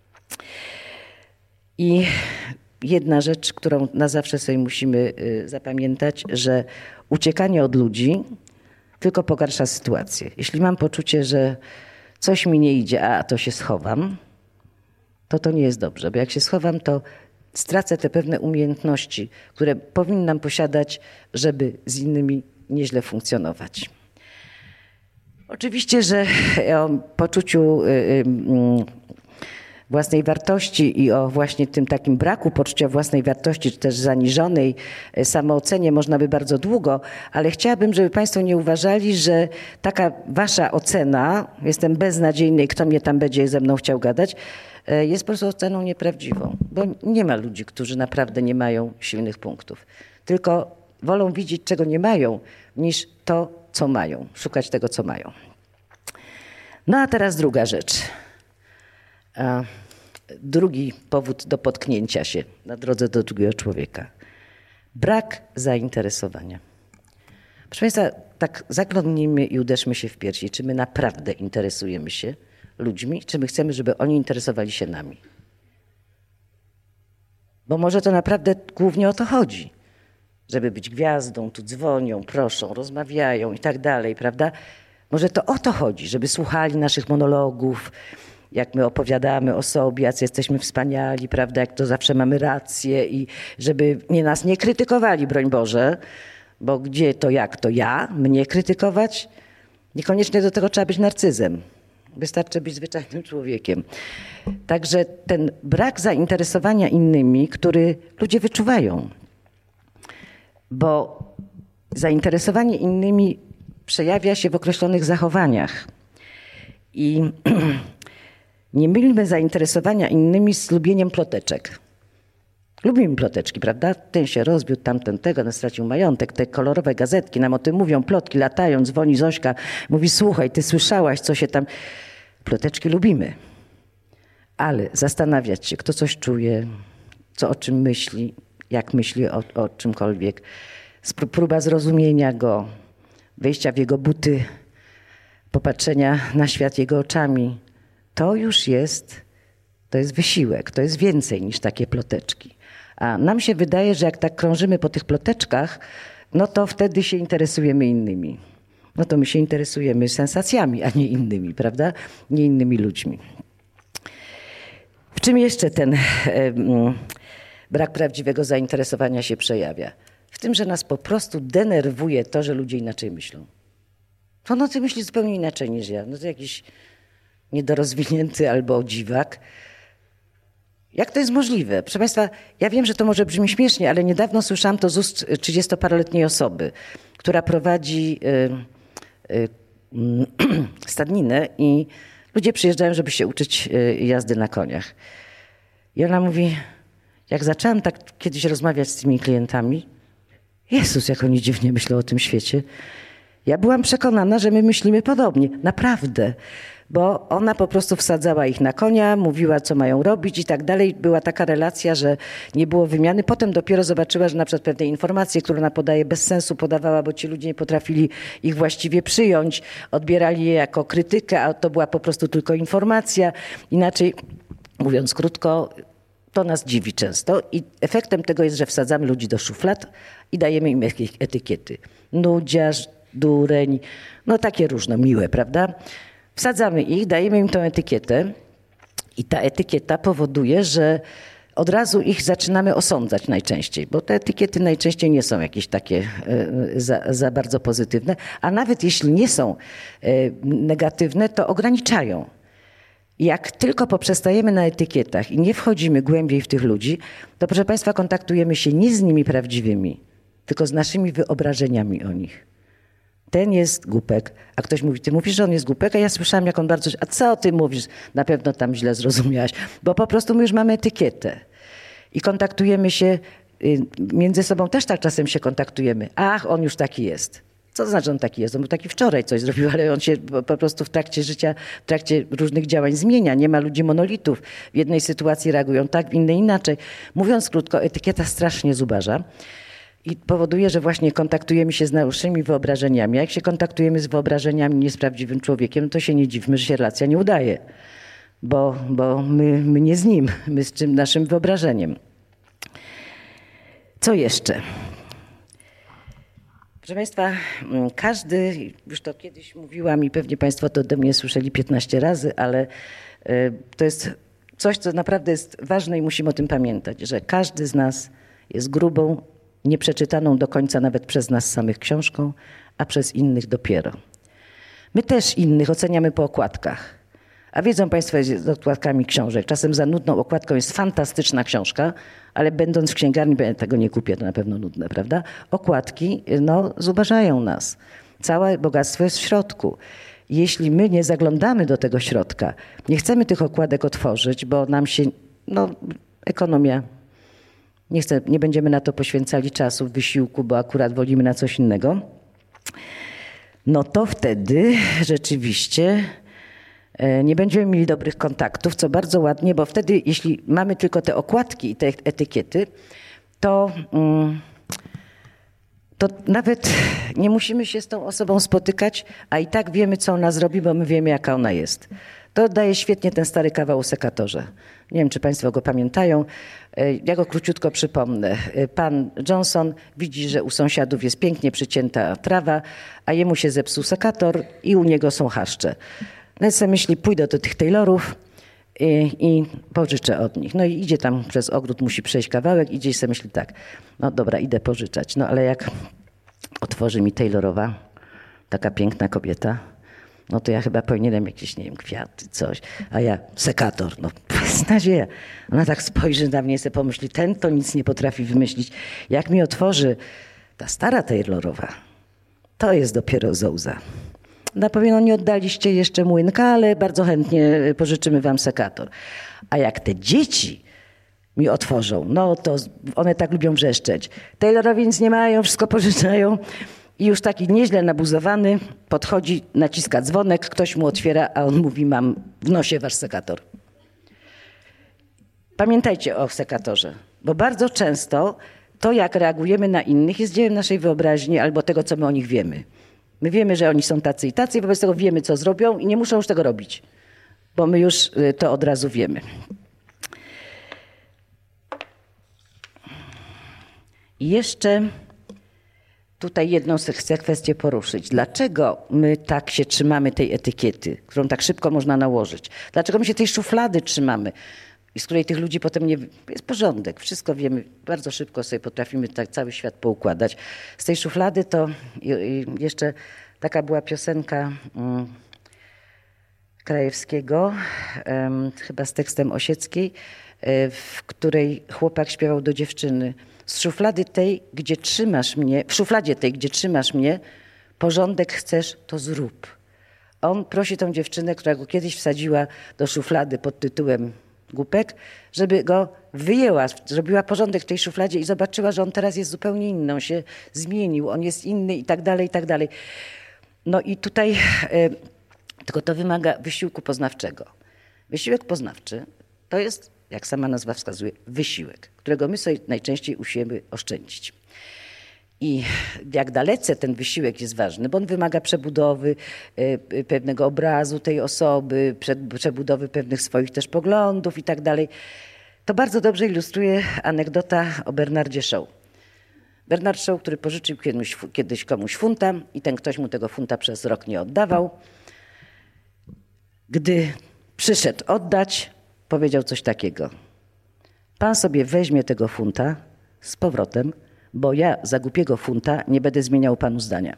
I jedna rzecz, którą na zawsze sobie musimy zapamiętać, że uciekanie od ludzi tylko pogarsza sytuację. Jeśli mam poczucie, że coś mi nie idzie, a to się schowam, to nie jest dobrze, bo jak się schowam, to stracę te pewne umiejętności, które powinnam posiadać, żeby z innymi nieźle funkcjonować. Oczywiście, że o poczuciu własnej wartości i o właśnie tym takim braku poczucia własnej wartości, czy też zaniżonej samoocenie można by bardzo długo, ale chciałabym, żeby Państwo nie uważali, że taka wasza ocena, jestem beznadziejny i kto mnie tam będzie ze mną chciał gadać, jest po prostu oceną nieprawdziwą, bo nie ma ludzi, którzy naprawdę nie mają silnych punktów, tylko wolą widzieć, czego nie mają, niż to, co mają, szukać tego, co mają. No a teraz druga rzecz. Drugi powód do potknięcia się na drodze do drugiego człowieka. Brak zainteresowania. Proszę Państwa, tak zaglądnijmy i uderzmy się w piersi. Czy my naprawdę interesujemy się ludźmi, czy my chcemy, żeby oni interesowali się nami? Bo może to naprawdę głównie o to chodzi. Żeby być gwiazdą, tu dzwonią, proszą, rozmawiają i tak dalej, prawda? Może to o to chodzi, żeby słuchali naszych monologów, jak my opowiadamy o sobie, jacy jesteśmy wspaniali, prawda, jak to zawsze mamy rację i żeby nas nie krytykowali, broń Boże, bo gdzie to, jak to ja, mnie krytykować? Niekoniecznie do tego trzeba być narcyzem. Wystarczy być zwyczajnym człowiekiem. Także ten brak zainteresowania innymi, który ludzie wyczuwają, bo zainteresowanie innymi przejawia się w określonych zachowaniach i nie mylmy zainteresowania innymi z lubieniem ploteczek. Lubimy ploteczki, prawda? Ten się rozbił, tamten tego, ten stracił majątek, te kolorowe gazetki nam o tym mówią, plotki latają, dzwoni Zośka, mówi słuchaj, ty słyszałaś, co się tam... Ploteczki lubimy, ale zastanawiać się, kto coś czuje, co o czym myśli, jak myśli o czymkolwiek, próba zrozumienia go, wejścia w jego buty, popatrzenia na świat jego oczami, to już jest wysiłek, to jest więcej niż takie ploteczki. A nam się wydaje, że jak tak krążymy po tych ploteczkach, no to wtedy się interesujemy innymi. No to my się interesujemy sensacjami, a nie innymi, prawda? Nie innymi ludźmi. W czym jeszcze ten brak prawdziwego zainteresowania się przejawia? W tym, że nas po prostu denerwuje to, że ludzie inaczej myślą. On o tym myśli zupełnie inaczej niż ja. No to jakiś niedorozwinięty albo dziwak. Jak to jest możliwe? Proszę Państwa, ja wiem, że to może brzmi śmiesznie, ale niedawno słyszałam to z ust 30-paroletniej osoby, która prowadzi stadninę i ludzie przyjeżdżają, żeby się uczyć jazdy na koniach. I ona mówi, jak zaczęłam tak kiedyś rozmawiać z tymi klientami, Jezus, jak oni dziwnie myślą o tym świecie. Ja byłam przekonana, że my myślimy podobnie, naprawdę. Bo ona po prostu wsadzała ich na konia, mówiła, co mają robić i tak dalej. Była taka relacja, że nie było wymiany. Potem dopiero zobaczyła, że na przykład pewne informacje, które ona podaje, bez sensu podawała, bo ci ludzie nie potrafili ich właściwie przyjąć. Odbierali je jako krytykę, a to była po prostu tylko informacja. Inaczej, mówiąc krótko, to nas dziwi często i efektem tego jest, że wsadzamy ludzi do szuflad i dajemy im jakieś etykiety. Nudziarz, dureń, no takie różne, miłe, prawda? Wsadzamy ich, dajemy im tę etykietę i ta etykieta powoduje, że od razu ich zaczynamy osądzać najczęściej, bo te etykiety najczęściej nie są jakieś takie za bardzo pozytywne, a nawet jeśli nie są negatywne, to ograniczają. Jak tylko poprzestajemy na etykietach i nie wchodzimy głębiej w tych ludzi, to proszę Państwa kontaktujemy się nie z nimi prawdziwymi, tylko z naszymi wyobrażeniami o nich. Ten jest głupek, a ktoś mówi, ty mówisz, że on jest głupek, a ja słyszałam, jak on bardzo... A co ty mówisz? Na pewno tam źle zrozumiałaś, bo po prostu my już mamy etykietę i kontaktujemy się, między sobą też tak czasem się kontaktujemy. Ach, on już taki jest. Co to znaczy on taki jest? On był taki wczoraj coś zrobił, ale on się po prostu w trakcie życia, w trakcie różnych działań zmienia. Nie ma ludzi monolitów. W jednej sytuacji reagują tak, w innej inaczej. Mówiąc krótko, etykieta strasznie zubaża. I powoduje, że właśnie kontaktujemy się z naszymi wyobrażeniami. A jak się kontaktujemy z wyobrażeniami, nie z prawdziwym człowiekiem, to się nie dziwmy, że się relacja nie udaje. Bo my nie z nim, my z czym naszym wyobrażeniem. Co jeszcze? Proszę Państwa, każdy, już to kiedyś mówiłam i pewnie Państwo to ode mnie słyszeli 15 razy, ale to jest coś, co naprawdę jest ważne i musimy o tym pamiętać, że każdy z nas jest grubą, nieprzeczytaną do końca nawet przez nas samych książką, a przez innych dopiero. My też innych oceniamy po okładkach. A wiedzą Państwo, jest z okładkami książek. Czasem za nudną okładką jest fantastyczna książka, ale będąc w księgarni, bo ja tego nie kupię, to na pewno nudne, prawda? Okładki, zubażają nas. Całe bogactwo jest w środku. Jeśli my nie zaglądamy do tego środka, nie chcemy tych okładek otworzyć, bo nam się, ekonomia, nie będziemy na to poświęcali czasu, wysiłku, bo akurat wolimy na coś innego, no to wtedy rzeczywiście nie będziemy mieli dobrych kontaktów, co bardzo ładnie, bo wtedy, jeśli mamy tylko te okładki i te etykiety, to nawet nie musimy się z tą osobą spotykać, a i tak wiemy, co ona zrobi, bo my wiemy, jaka ona jest. To daje świetnie ten stary kawał o sekatorze. Nie wiem, czy Państwo go pamiętają. Ja go króciutko przypomnę. Pan Johnson widzi, że u sąsiadów jest pięknie przycięta trawa, a jemu się zepsuł sekator i u niego są chaszcze. No i sobie myśli, pójdę do tych Taylorów i pożyczę od nich. No i idzie tam przez ogród, musi przejść kawałek, idzie i sobie myśli tak, no dobra, idę pożyczać. No ale jak otworzy mi Taylorowa, taka piękna kobieta, no to ja chyba powinienem jakieś, nie wiem, kwiaty, coś. A ja, sekator, beznadzieja. Ona tak spojrzy na mnie i sobie pomyśli, ten to nic nie potrafi wymyślić. Jak mi otworzy ta stara Taylorowa, to jest dopiero zołza. Na pewno nie oddaliście jeszcze młynka, ale bardzo chętnie pożyczymy wam sekator. A jak te dzieci mi otworzą, no to one tak lubią wrzeszczeć. Taylorowi nic nie mają, wszystko pożyczają. I już taki nieźle nabuzowany podchodzi, naciska dzwonek, ktoś mu otwiera, a on mówi, mam w nosie wasz sekator. Pamiętajcie o sekatorze, bo bardzo często to, jak reagujemy na innych, jest dziełem naszej wyobraźni albo tego, co my o nich wiemy. My wiemy, że oni są tacy i tacy i wobec tego wiemy, co zrobią i nie muszą już tego robić, bo my już to od razu wiemy. I jeszcze tutaj jedną chcę kwestię poruszyć. Dlaczego my tak się trzymamy tej etykiety, którą tak szybko można nałożyć? Dlaczego my się tej szuflady trzymamy, z której tych ludzi potem nie... Jest porządek, wszystko wiemy, bardzo szybko sobie potrafimy tak cały świat poukładać. Z tej szuflady to jeszcze taka była piosenka Krajewskiego, chyba z tekstem Osieckiej. w której chłopak śpiewał do dziewczyny: z szuflady tej, gdzie trzymasz mnie, w szufladzie tej, gdzie trzymasz mnie, porządek chcesz, to zrób. On prosi tą dziewczynę, która go kiedyś wsadziła do szuflady pod tytułem głupek, żeby go wyjęła, zrobiła porządek w tej szufladzie i zobaczyła, że on teraz jest zupełnie inny, on się zmienił, on jest inny i tak dalej, i tak dalej. No i tutaj tylko to wymaga wysiłku poznawczego. Wysiłek poznawczy to jest, jak sama nazwa wskazuje, wysiłek, którego my sobie najczęściej usiłujemy oszczędzić. I jak dalece ten wysiłek jest ważny, bo on wymaga przebudowy pewnego obrazu tej osoby, przebudowy pewnych swoich też poglądów i tak dalej, to bardzo dobrze ilustruje anegdota o Bernardzie Shaw. Bernard Shaw, który pożyczył kiedyś komuś funta i ten ktoś mu tego funta przez rok nie oddawał. Gdy przyszedł oddać, powiedział coś takiego: pan sobie weźmie tego funta z powrotem, bo ja za głupiego funta nie będę zmieniał panu zdania.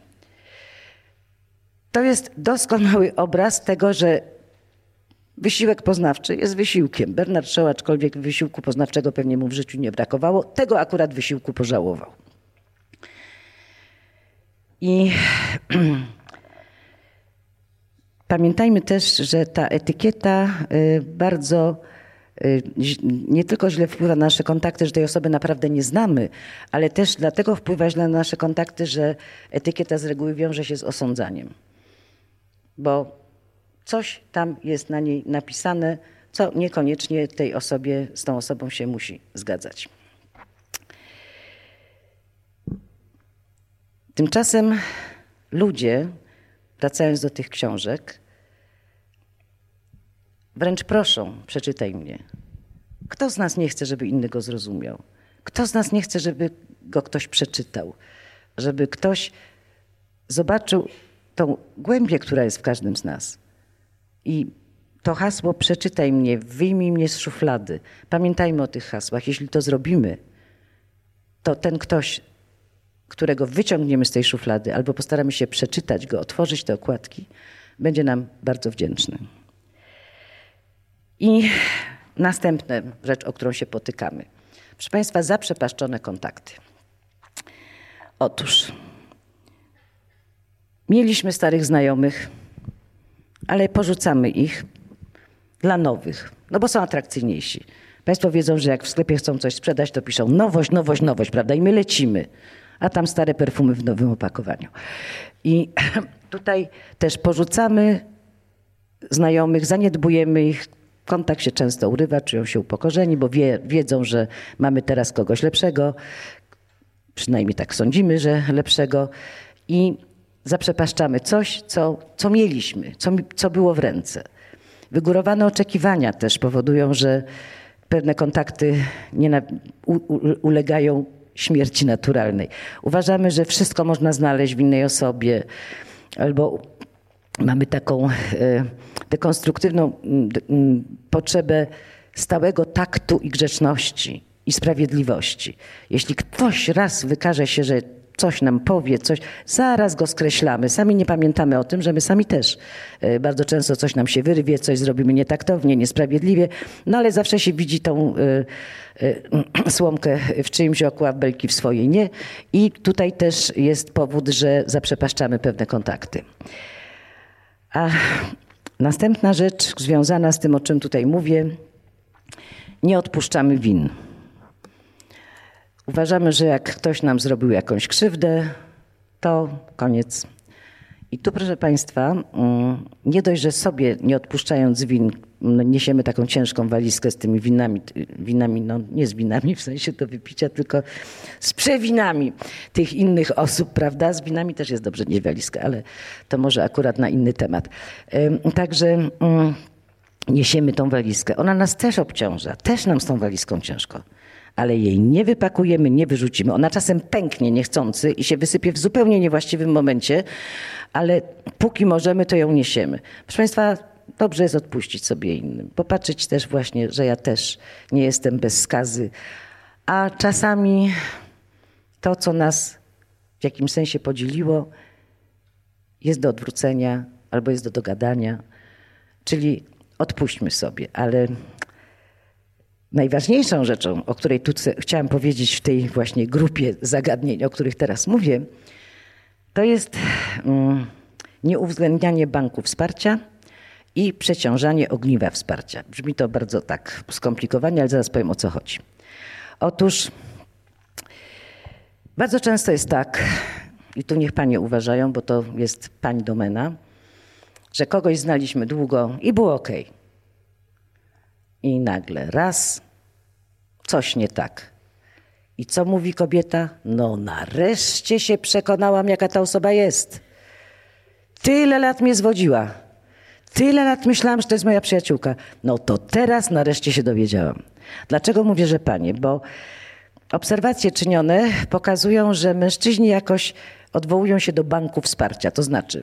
To jest doskonały obraz tego, że wysiłek poznawczy jest wysiłkiem. Bernard Shaw, aczkolwiek wysiłku poznawczego pewnie mu w życiu nie brakowało, tego akurat wysiłku pożałował. I pamiętajmy też, że ta etykieta bardzo nie tylko źle wpływa na nasze kontakty, że tej osoby naprawdę nie znamy, ale też dlatego wpływa źle na nasze kontakty, że etykieta z reguły wiąże się z osądzaniem. Bo coś tam jest na niej napisane, co niekoniecznie tej osobie, z tą osobą się musi zgadzać. Tymczasem ludzie, wracając do tych książek, wręcz proszą: przeczytaj mnie. Kto z nas nie chce, żeby inny go zrozumiał? Kto z nas nie chce, żeby go ktoś przeczytał? Żeby ktoś zobaczył tą głębię, która jest w każdym z nas. I to hasło przeczytaj mnie, wyjmij mnie z szuflady. Pamiętajmy o tych hasłach. Jeśli to zrobimy, to ten ktoś, którego wyciągniemy z tej szuflady albo postaramy się przeczytać go, otworzyć te okładki, będzie nam bardzo wdzięczny. I następna rzecz, o którą się potykamy. Proszę Państwa, zaprzepaszczone kontakty. Otóż mieliśmy starych znajomych, ale porzucamy ich dla nowych, no bo są atrakcyjniejsi. Państwo wiedzą, że jak w sklepie chcą coś sprzedać, to piszą nowość, nowość, nowość, prawda? I my lecimy, a tam stare perfumy w nowym opakowaniu. I tutaj też porzucamy znajomych, zaniedbujemy ich. Kontakt się często urywa, czują się upokorzeni, bo wiedzą, że mamy teraz kogoś lepszego, przynajmniej tak sądzimy, że lepszego, i zaprzepaszczamy coś, co mieliśmy, co było w ręce. Wygórowane oczekiwania też powodują, że pewne kontakty ulegają śmierci naturalnej. Uważamy, że wszystko można znaleźć w innej osobie, albo mamy taką dekonstruktywną potrzebę stałego taktu i grzeczności i sprawiedliwości. Jeśli ktoś raz wykaże się, że coś nam powie, coś, zaraz go skreślamy. Sami nie pamiętamy o tym, że my sami też bardzo często coś nam się wyrwie, coś zrobimy nietaktownie, niesprawiedliwie, no ale zawsze się widzi tą słomkę w czyimś oku, a belki w swojej nie. I tutaj też jest powód, że zaprzepaszczamy pewne kontakty. A następna rzecz związana z tym, o czym tutaj mówię, nie odpuszczamy win. Uważamy, że jak ktoś nam zrobił jakąś krzywdę, to koniec. I tu, proszę Państwa, nie dość, że sobie nie odpuszczając win, niesiemy taką ciężką walizkę z tymi winami, no nie z winami w sensie do wypicia, tylko z przewinami tych innych osób, prawda? Z winami też jest dobrze nie walizka, ale to może akurat na inny temat. Także niesiemy tą walizkę. Ona nas też obciąża, też nam z tą walizką ciężko. Ale jej nie wypakujemy, nie wyrzucimy. Ona czasem pęknie niechcący i się wysypie w zupełnie niewłaściwym momencie, ale póki możemy, to ją niesiemy. Proszę Państwa, dobrze jest odpuścić sobie innym. Popatrzeć też właśnie, że ja też nie jestem bez skazy. A czasami to, co nas w jakimś sensie podzieliło, jest do odwrócenia albo jest do dogadania. Czyli odpuśćmy sobie, ale najważniejszą rzeczą, o której tu chciałam powiedzieć w tej właśnie grupie zagadnień, o których teraz mówię, to jest nieuwzględnianie banku wsparcia i przeciążanie ogniwa wsparcia. Brzmi to bardzo tak skomplikowanie, ale zaraz powiem, o co chodzi. Otóż bardzo często jest tak, i tu niech panie uważają, bo to jest pani domena, że kogoś znaliśmy długo i było okej. I nagle raz coś nie tak. I co mówi kobieta? No nareszcie się przekonałam, jaka ta osoba jest. Tyle lat mnie zwodziła. Tyle lat myślałam, że to jest moja przyjaciółka. No to teraz nareszcie się dowiedziałam. Dlaczego mówię, że panie? Bo obserwacje czynione pokazują, że mężczyźni jakoś odwołują się do banku wsparcia. To znaczy,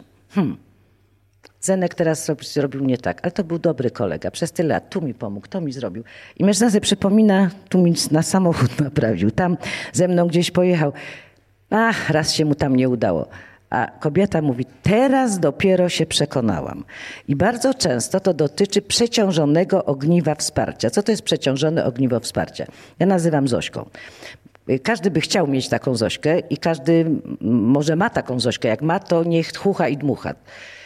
Zenek teraz zrobił nie tak, ale to był dobry kolega. Przez tyle lat tu mi pomógł, to mi zrobił. I mężczyzna sobie przypomina, tu mi na samochód naprawił, tam ze mną gdzieś pojechał. Raz się mu tam nie udało. A kobieta mówi, teraz dopiero się przekonałam. I bardzo często to dotyczy przeciążonego ogniwa wsparcia. Co to jest przeciążone ogniwo wsparcia? Ja nazywam Zośką. Każdy by chciał mieć taką Zośkę i każdy może ma taką Zośkę. Jak ma, to niech chucha i dmucha.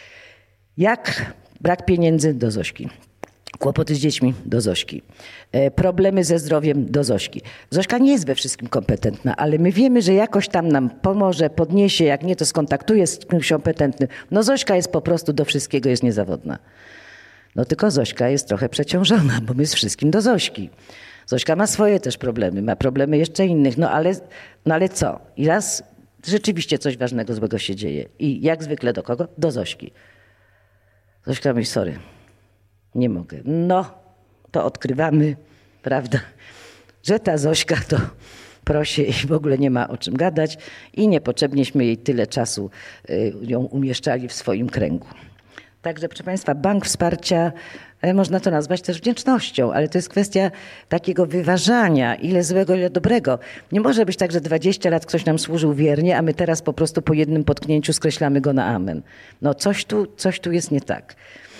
Jak brak pieniędzy? Do Zośki. Kłopoty z dziećmi? Do Zośki. Problemy ze zdrowiem? Do Zośki. Zośka nie jest we wszystkim kompetentna, ale my wiemy, że jakoś tam nam pomoże, podniesie, jak nie, to skontaktuje z kimś kompetentnym. No Zośka jest po prostu do wszystkiego, jest niezawodna. No tylko Zośka jest trochę przeciążona, bo my z wszystkim do Zośki. Zośka ma swoje też problemy, ma problemy jeszcze innych, no ale co? I raz rzeczywiście coś ważnego, złego się dzieje. I jak zwykle do kogo? Do Zośki. Zośka mówi, sorry, nie mogę. No, to odkrywamy, prawda, że ta Zośka to prosi i w ogóle nie ma o czym gadać i niepotrzebnieśmy jej tyle czasu ją umieszczali w swoim kręgu. Także, proszę państwa, bank wsparcia, można to nazwać też wdzięcznością, ale to jest kwestia takiego wyważania, ile złego, ile dobrego. Nie może być tak, że 20 lat ktoś nam służył wiernie, a my teraz po prostu po jednym potknięciu skreślamy go na amen. No coś tu jest nie tak.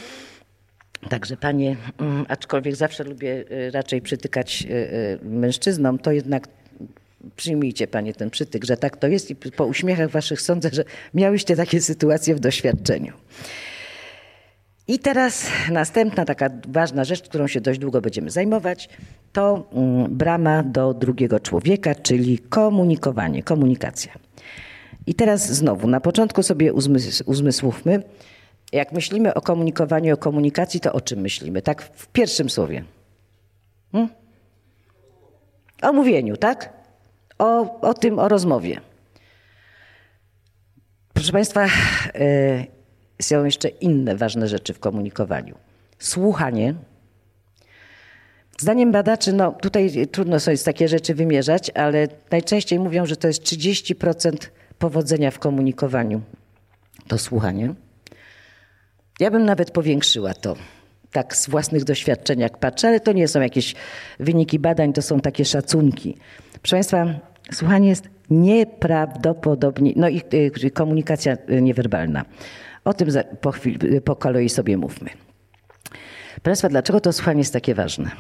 Także panie, aczkolwiek zawsze lubię raczej przytykać mężczyznom, to jednak przyjmijcie panie ten przytyk, że tak to jest i po uśmiechach waszych sądzę, że miałyście takie sytuacje w doświadczeniu. I teraz następna taka ważna rzecz, którą się dość długo będziemy zajmować, to brama do drugiego człowieka, czyli komunikowanie, komunikacja. I teraz znowu, na początku sobie uzmysłówmy, jak myślimy o komunikowaniu, o komunikacji, to o czym myślimy? Tak w pierwszym słowie. O mówieniu, tak? O rozmowie. Proszę państwa, są jeszcze inne ważne rzeczy w komunikowaniu. Słuchanie. Zdaniem badaczy, no tutaj trudno sobie takie rzeczy wymierzać, ale najczęściej mówią, że to jest 30% powodzenia w komunikowaniu. To słuchanie. Ja bym nawet powiększyła to. Tak z własnych doświadczeń jak patrzę, ale to nie są jakieś wyniki badań, to są takie szacunki. Proszę państwa, słuchanie jest nieprawdopodobnie, no i komunikacja niewerbalna. O tym po kolei sobie mówmy. Proszę państwa, dlaczego to słuchanie jest takie ważne?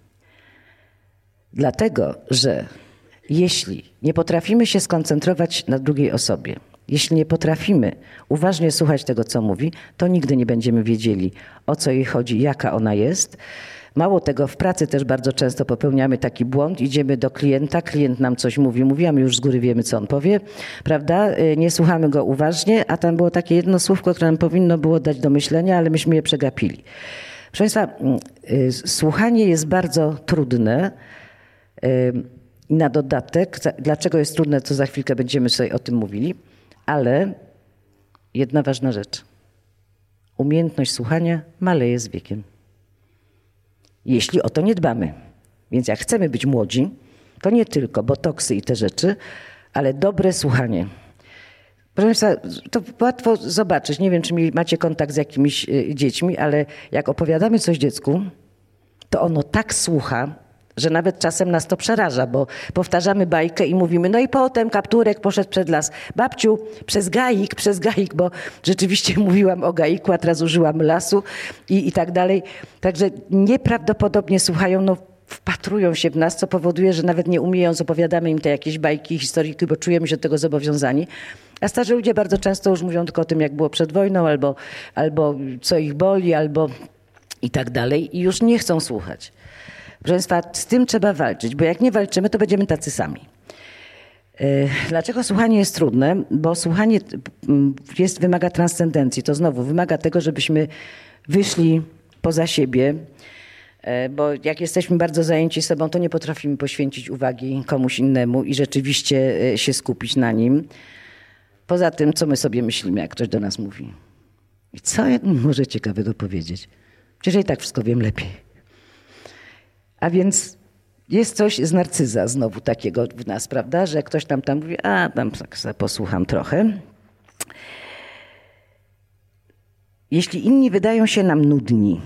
Dlatego, że jeśli nie potrafimy się skoncentrować na drugiej osobie, jeśli nie potrafimy uważnie słuchać tego, co mówi, to nigdy nie będziemy wiedzieli, o co jej chodzi, jaka ona jest. Mało tego, w pracy też bardzo często popełniamy taki błąd. Idziemy do klienta, klient nam coś mówi, a my już z góry wiemy, co on powie, prawda? Nie słuchamy go uważnie, a tam było takie jedno słówko, które nam powinno było dać do myślenia, ale myśmy je przegapili. Proszę państwa, słuchanie jest bardzo trudne. I na dodatek, dlaczego jest trudne, to za chwilkę będziemy sobie o tym mówili, ale jedna ważna rzecz. Umiejętność słuchania maleje z wiekiem. Jeśli o to nie dbamy. Więc jak chcemy być młodzi, to nie tylko botoksy i te rzeczy, ale dobre słuchanie. Proszę państwa, to łatwo zobaczyć. Nie wiem, czy macie kontakt z jakimiś dziećmi, ale jak opowiadamy coś dziecku, to ono tak słucha, że nawet czasem nas to przeraża, bo powtarzamy bajkę i mówimy, no i potem kapturek poszedł przed las. Babciu, przez gaik, bo rzeczywiście mówiłam o gaiku, a teraz użyłam lasu i tak dalej. Także nieprawdopodobnie słuchają, no wpatrują się w nas, co powoduje, że nawet nie umiejąc opowiadamy im te jakieś bajki, historyjki, bo czujemy się do tego zobowiązani. A starzy ludzie bardzo często już mówią tylko o tym, jak było przed wojną, albo co ich boli, albo i tak dalej. I już nie chcą słuchać. Proszę Państwa, z tym trzeba walczyć, bo jak nie walczymy, to będziemy tacy sami. Dlaczego słuchanie jest trudne? Bo słuchanie wymaga transcendencji. To znowu wymaga tego, żebyśmy wyszli poza siebie, bo jak jesteśmy bardzo zajęci sobą, to nie potrafimy poświęcić uwagi komuś innemu i rzeczywiście się skupić na nim. Poza tym, co my sobie myślimy, jak ktoś do nas mówi. I co ja może ciekawego powiedzieć? Przecież ja i tak wszystko wiem lepiej. A więc jest coś z narcyza znowu takiego w nas, prawda? Że ktoś tam mówi, a tam posłucham trochę. Jeśli inni wydają się nam nudni,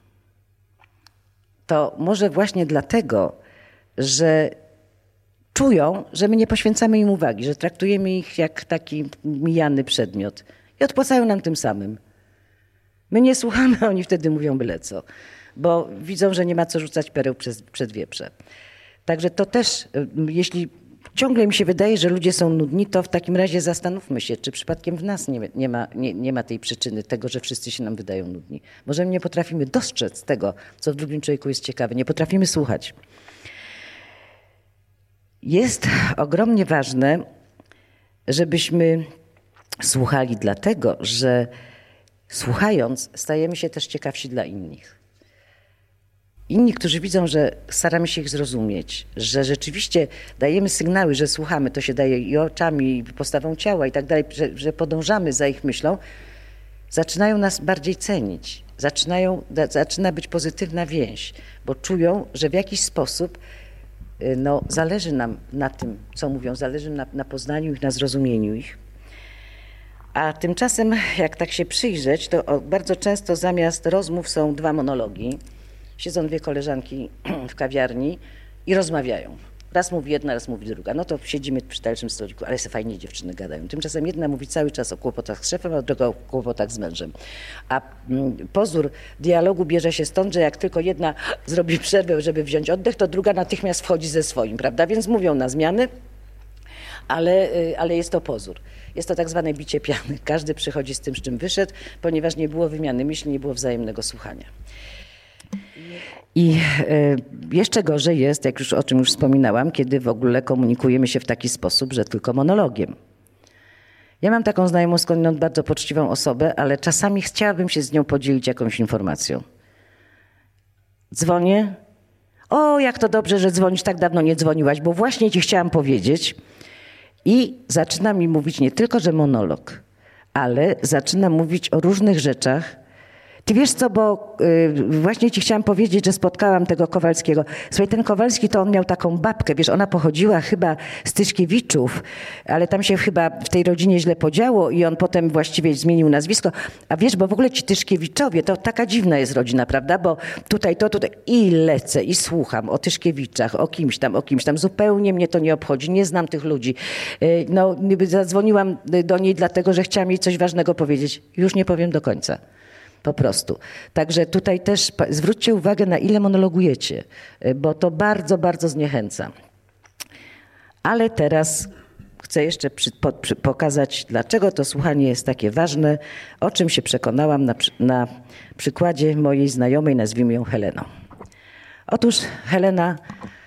to może właśnie dlatego, że czują, że my nie poświęcamy im uwagi, że traktujemy ich jak taki mijany przedmiot i odpłacają nam tym samym. My nie słuchamy, a oni wtedy mówią byle co, bo widzą, że nie ma co rzucać pereł przed wieprze. Także to też, jeśli ciągle mi się wydaje, że ludzie są nudni, to w takim razie zastanówmy się, czy przypadkiem w nas nie ma tej przyczyny tego, że wszyscy się nam wydają nudni. Może my nie potrafimy dostrzec tego, co w drugim człowieku jest ciekawe, nie potrafimy słuchać. Jest ogromnie ważne, żebyśmy słuchali dlatego, że słuchając stajemy się też ciekawsi dla innych. Inni, którzy widzą, że staramy się ich zrozumieć, że rzeczywiście dajemy sygnały, że słuchamy, to się daje i oczami, i postawą ciała i tak dalej, że podążamy za ich myślą, zaczynają nas bardziej cenić. Zaczyna być pozytywna więź, bo czują, że w jakiś sposób zależy nam na tym, co mówią, zależy na poznaniu ich, na zrozumieniu ich. A tymczasem, jak tak się przyjrzeć, to bardzo często zamiast rozmów są dwa monologi. Siedzą dwie koleżanki w kawiarni i rozmawiają. Raz mówi jedna, raz mówi druga. No to siedzimy przy dalszym stoliku, ale se fajnie dziewczyny gadają. Tymczasem jedna mówi cały czas o kłopotach z szefem, a druga o kłopotach z mężem. A pozór dialogu bierze się stąd, że jak tylko jedna zrobi przerwę, żeby wziąć oddech, to druga natychmiast wchodzi ze swoim, prawda? Więc mówią na zmiany, ale jest to pozór. Jest to tak zwane bicie piany. Każdy przychodzi z tym, z czym wyszedł, ponieważ nie było wymiany myśli, nie było wzajemnego słuchania. I jeszcze gorzej jest, o czym już wspominałam, kiedy w ogóle komunikujemy się w taki sposób, że tylko monologiem. Ja mam taką znajomą skądinąd bardzo poczciwą osobę, ale czasami chciałabym się z nią podzielić jakąś informacją. Dzwonię. O, jak to dobrze, że dzwonisz, tak dawno nie dzwoniłaś, bo właśnie ci chciałam powiedzieć. I zaczyna mi mówić nie tylko, że monolog, ale zaczyna mówić o różnych rzeczach. Ty wiesz co, bo właśnie ci chciałam powiedzieć, że spotkałam tego Kowalskiego. Słuchaj, ten Kowalski to on miał taką babkę, wiesz, ona pochodziła chyba z Tyszkiewiczów, ale tam się chyba w tej rodzinie źle podziało i on potem właściwie zmienił nazwisko. A wiesz, bo w ogóle ci Tyszkiewiczowie, to taka dziwna jest rodzina, prawda? Bo tutaj i lecę i słucham o Tyszkiewiczach, o kimś tam. Zupełnie mnie to nie obchodzi, nie znam tych ludzi. No, zadzwoniłam do niej dlatego, że chciałam jej coś ważnego powiedzieć. Już nie powiem do końca. Po prostu. Także tutaj też zwróćcie uwagę, na ile monologujecie, bo to bardzo, bardzo zniechęca. Ale teraz chcę jeszcze pokazać, dlaczego to słuchanie jest takie ważne, o czym się przekonałam na przykładzie mojej znajomej, nazwijmy ją Heleną. Otóż Helena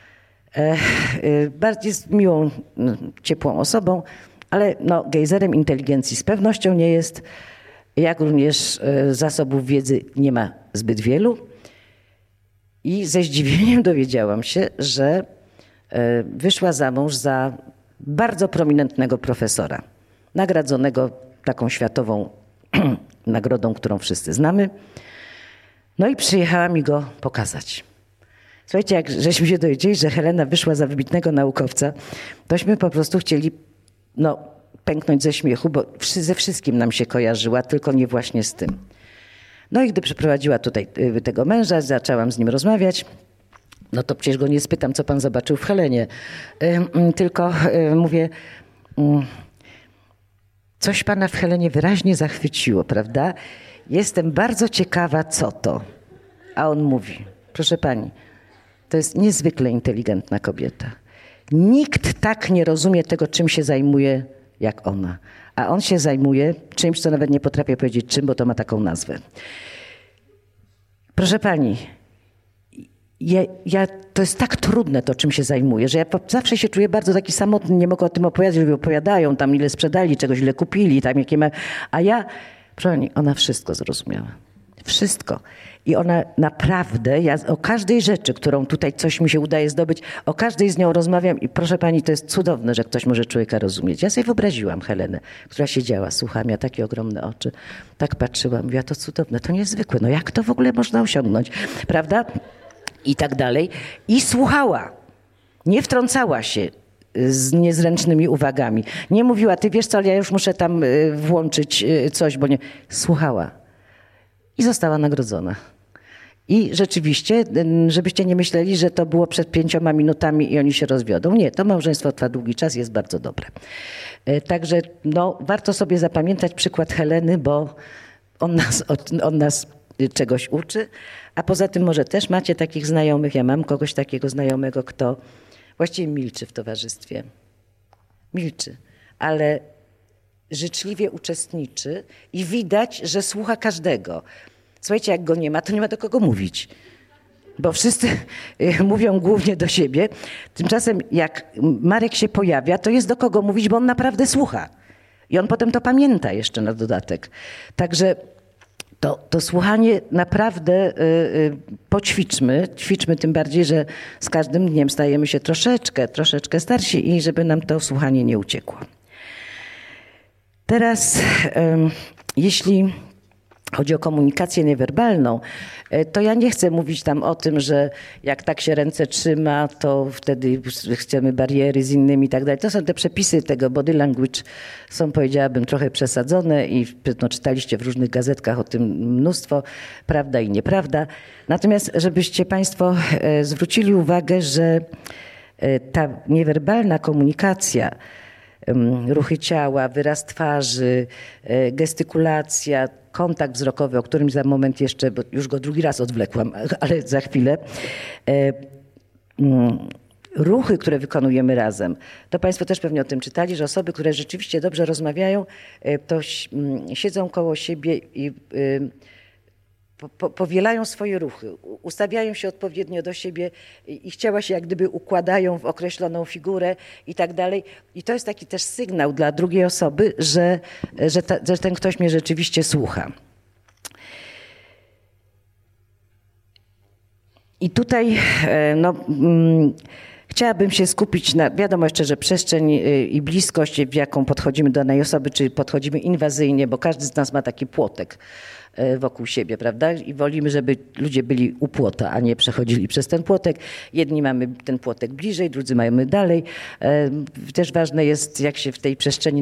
jest miłą, ciepłą osobą, ale gejzerem inteligencji z pewnością nie jest. Jak również zasobów wiedzy nie ma zbyt wielu. I ze zdziwieniem dowiedziałam się, że wyszła za mąż za bardzo prominentnego profesora, nagradzonego taką światową nagrodą, którą wszyscy znamy. No i przyjechała mi go pokazać. Słuchajcie, jak żeśmy się dowiedzieli, że Helena wyszła za wybitnego naukowca, tośmy po prostu chcieli pęknąć ze śmiechu, bo ze wszystkim nam się kojarzyła, tylko nie właśnie z tym. No i gdy przyprowadziła tutaj tego męża, zaczęłam z nim rozmawiać, no to przecież go nie spytam, co pan zobaczył w Helenie, tylko mówię, coś pana w Helenie wyraźnie zachwyciło, prawda? Jestem bardzo ciekawa, co to. A on mówi, proszę pani, to jest niezwykle inteligentna kobieta. Nikt tak nie rozumie tego, czym się zajmuje, jak ona. A on się zajmuje czymś, co nawet nie potrafię powiedzieć czym, bo to ma taką nazwę. Proszę pani, to jest tak trudne to, czym się zajmuję, że ja zawsze się czuję bardzo taki samotny, nie mogę o tym opowiadać, że opowiadają tam, ile sprzedali, czegoś ile kupili, tam jakie ma... A ja, proszę pani, ona wszystko zrozumiała. Wszystko. I ona naprawdę, ja o każdej rzeczy, którą tutaj coś mi się udaje zdobyć, o każdej z nią rozmawiam i proszę pani, to jest cudowne, że ktoś może człowieka rozumieć. Ja sobie wyobraziłam Helenę, która siedziała, słuchała, miała takie ogromne oczy, tak patrzyłam, mówiła, to cudowne, to niezwykłe, no jak to w ogóle można osiągnąć, prawda? I tak dalej. I słuchała. Nie wtrącała się z niezręcznymi uwagami. Nie mówiła, ty wiesz co, ale ja już muszę tam włączyć coś, bo nie... Słuchała. I została nagrodzona. I rzeczywiście, żebyście nie myśleli, że to było przed 5 minutami i oni się rozwiodą. Nie, to małżeństwo trwa długi czas, jest bardzo dobre. Także no, warto sobie zapamiętać przykład Heleny, bo on nas czegoś uczy. A poza tym może też macie takich znajomych, ja mam kogoś takiego znajomego, kto właściwie milczy w towarzystwie. Milczy, ale życzliwie uczestniczy i widać, że słucha każdego. Słuchajcie, jak go nie ma, to nie ma do kogo mówić. Bo wszyscy mówią głównie do siebie. Tymczasem jak Marek się pojawia, to jest do kogo mówić, bo on naprawdę słucha. I on potem to pamięta jeszcze na dodatek. Także to słuchanie naprawdę ćwiczmy tym bardziej, że z każdym dniem stajemy się troszeczkę starsi i żeby nam to słuchanie nie uciekło. Teraz jeśli chodzi o komunikację niewerbalną, to ja nie chcę mówić tam o tym, że jak tak się ręce trzyma, to wtedy chcemy bariery z innymi i tak dalej. To są te przepisy tego body language, są, powiedziałabym, trochę przesadzone i no, czytaliście w różnych gazetkach o tym mnóstwo, prawda i nieprawda. Natomiast żebyście państwo zwrócili uwagę, że ta niewerbalna komunikacja, ruchy ciała, wyraz twarzy, gestykulacja, kontakt wzrokowy, o którym za moment jeszcze, bo już go drugi raz odwlekłam, ale za chwilę. Ruchy, które wykonujemy razem, to państwo też pewnie o tym czytali, że osoby, które rzeczywiście dobrze rozmawiają, to siedzą koło siebie i powielają swoje ruchy, ustawiają się odpowiednio do siebie i ciała się jak gdyby układają w określoną figurę i tak dalej. I to jest taki też sygnał dla drugiej osoby, że ten ktoś mnie rzeczywiście słucha. I tutaj chciałabym się skupić na, wiadomo jeszcze, że przestrzeń i bliskość, w jaką podchodzimy do danej osoby, czy podchodzimy inwazyjnie, bo każdy z nas ma taki płotek wokół siebie, prawda? I wolimy, żeby ludzie byli u płota, a nie przechodzili przez ten płotek. Jedni mamy ten płotek bliżej, drudzy mamy dalej. Też ważne jest, jak się w tej przestrzeni